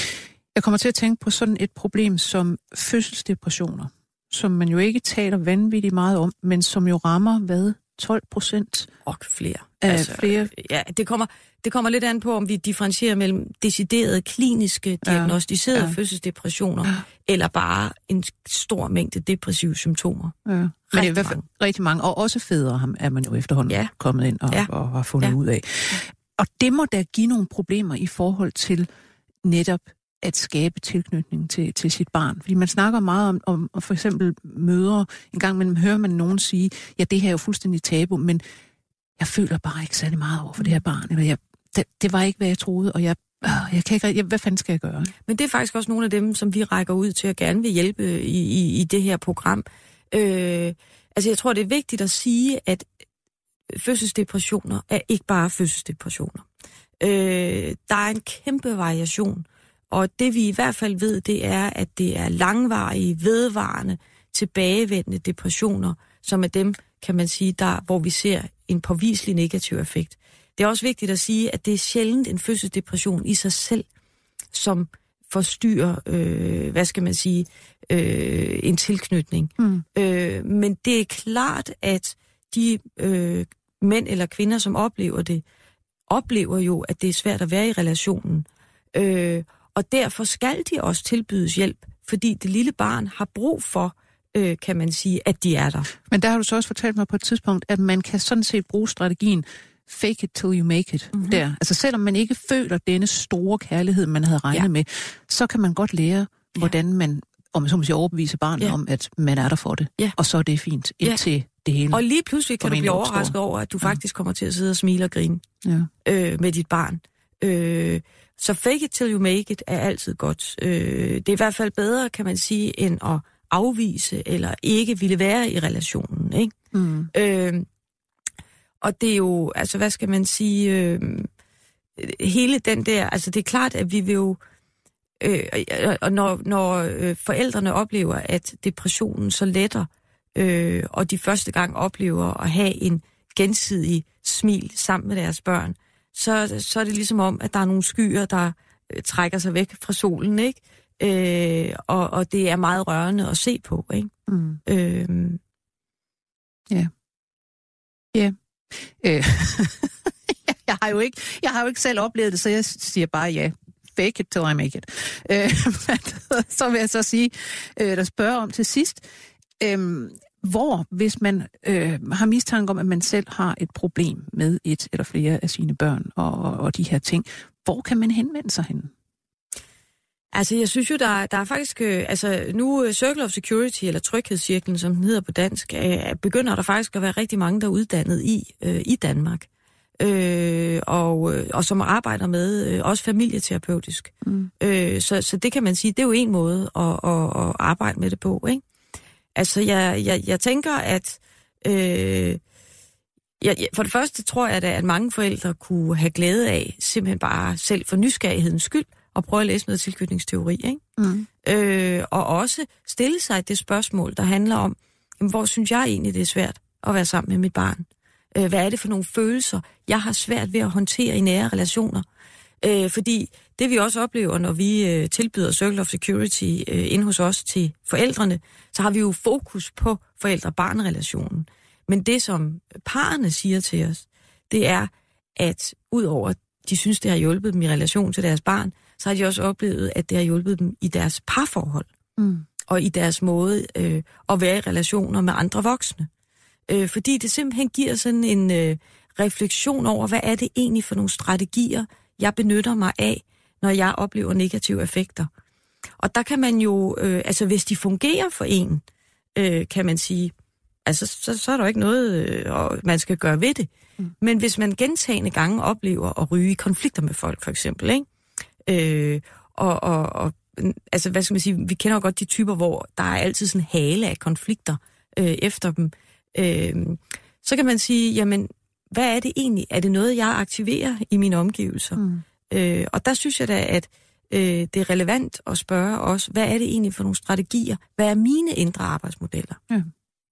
Jeg kommer til at tænke på sådan et problem som fødselsdepressioner, som man jo ikke taler vanvittigt meget om, men som jo rammer, hvad, tolv procent? Og flere. Af altså, flere. Ja, det kommer, det kommer lidt an på, om vi differentierer mellem deciderede, kliniske, diagnostiserede ja. ja. fødselsdepressioner, ja. eller bare en stor mængde depressive symptomer. Ja. Men det er i hvert fald rigtig mange, og også fædre er man jo efterhånden ja. kommet ind og, ja. og har fundet ja. ud af. Og det må da give nogle problemer i forhold til netop at skabe tilknytning til, til sit barn. Fordi man snakker meget om, om, om for eksempel mødre. En gang imellem hører man nogen sige, ja, det her er jo fuldstændig tabu, men jeg føler bare ikke særlig meget over for det her barn. Eller jeg, det, det var ikke, hvad jeg troede, og jeg Jeg kan ikke, jeg, hvad fanden skal jeg gøre? Men det er faktisk også nogle af dem, som vi rækker ud til at gerne vil hjælpe i, i, i det her program. Øh, altså jeg tror, det er vigtigt at sige, at fødselsdepressioner er ikke bare fødselsdepressioner. Øh, der er en kæmpe variation, og det vi i hvert fald ved, det er, at det er langvarige, vedvarende, tilbagevendende depressioner, som er dem, kan man sige, der, hvor vi ser en påviselig negativ effekt. Det er også vigtigt at sige, at det er sjældent en fødselsdepression i sig selv, som forstyrrer, øh, hvad skal man sige, øh, en tilknytning. Mm. Øh, men det er klart, at de øh, mænd eller kvinder, som oplever det, oplever jo, at det er svært at være i relationen. Øh, og derfor skal de også tilbydes hjælp, fordi det lille barn har brug for, øh, kan man sige, at de er der. Men der har du så også fortalt mig på et tidspunkt, at man kan sådan set bruge strategien fake it till you make it. Mm-hmm. Der. Altså selvom man ikke føler denne store kærlighed, man havde regnet ja. med, så kan man godt lære, hvordan man, om man så må sige, overbevise barnet ja. om, at man er der for det. Ja. Og så er det fint indtil ja. det hele. Og lige pludselig kan du blive overrasket over, at du ja. faktisk kommer til at sidde og smile og grine ja. øh, med dit barn. Øh, så fake it till you make it er altid godt. Øh, det er i hvert fald bedre, kan man sige, end at afvise eller ikke ville være i relationen. Ikke? Mm. Øh, og det er jo, altså hvad skal man sige, øh, hele den der, altså det er klart, at vi vil jo, øh, og når, når øh, forældrene oplever, at depressionen så letter, øh, og de første gang oplever at have en gensidig smil sammen med deres børn, så, så er det ligesom om, at der er nogle skyer, der øh, trækker sig væk fra solen, ikke? Øh, og, og det er meget rørende at se på, ikke? Mm. Øh, ja. Ja. Øh. jeg, har jo ikke, jeg har jo ikke selv oplevet det, så jeg siger bare ja. Fake it till I make it. Øh, så vil jeg så sige, øh, der spørger om til sidst, øh, hvor, hvis man øh, har mistanke om, at man selv har et problem med et eller flere af sine børn og, og, og de her ting, hvor kan man henvende sig henne? Altså, jeg synes jo, der, der er faktisk... Øh, altså, nu Circle of Security, eller Tryghedscirklen, som den hedder på dansk, øh, begynder der faktisk at være rigtig mange, der er uddannet i, øh, i Danmark. Øh, og, og som arbejder med, øh, også familieterapeutisk. Mm. Øh, så, så det kan man sige, det er jo en måde at, at, at arbejde med det på, ikke? Altså, jeg, jeg, jeg tænker, at... Øh, jeg, for det første tror jeg da, at mange forældre kunne have glæde af, simpelthen bare selv for nysgerrighedens skyld, og prøve at læse noget tilknytningsteori, ikke? Mm. Øh, og også stille sig det spørgsmål, der handler om, jamen, hvor synes jeg egentlig, det er svært at være sammen med mit barn? Øh, hvad er det for nogle følelser, jeg har svært ved at håndtere i nære relationer? Øh, fordi det vi også oplever, når vi øh, tilbyder Circle of Security øh, inde hos os til forældrene, så har vi jo fokus på forældre-barn-relationen. Men det, som parerne siger til os, det er, at udover de synes, det har hjulpet dem i relation til deres barn, så har de også oplevet, at det har hjulpet dem i deres parforhold. Mm. Og i deres måde øh, at være i relationer med andre voksne. Øh, fordi det simpelthen giver sådan en øh, refleksion over, hvad er det egentlig for nogle strategier, jeg benytter mig af, når jeg oplever negative effekter. Og der kan man jo, øh, altså hvis de fungerer for en, øh, kan man sige, altså så, så er der jo ikke noget, øh, man skal gøre ved det. Mm. Men hvis man gentagne gange oplever at ryge i konflikter med folk, for eksempel, ikke? Øh, og, og, og altså hvad skal man sige, vi kender jo godt de typer, hvor der er altid sådan en hale af konflikter øh, efter dem. Øh, så kan man sige, jamen, hvad er det egentlig? Er det noget, jeg aktiverer i mine omgivelser? Mm. Øh, og der synes jeg da, at øh, det er relevant at spørge os, hvad er det egentlig for nogle strategier? Hvad er mine indre arbejdsmodeller? Ja.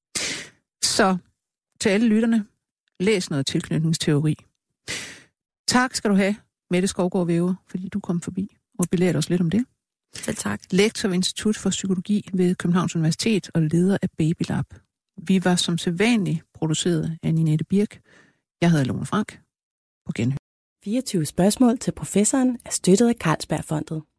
Så til alle lytterne, læs noget tilknytningsteori. Tak skal du have, Mette Skovgaard Væver, fordi du kom forbi og belærte os lidt om det. Selv tak. Lektor ved Institut for Psykologi ved Københavns Universitet og leder af Babylab. Vi var som sædvanligt produceret af Ninette Birk. Jeg hedder Lone Frank. På genhør. fireogtyve spørgsmål til professoren er støttet af Carlsbergfondet.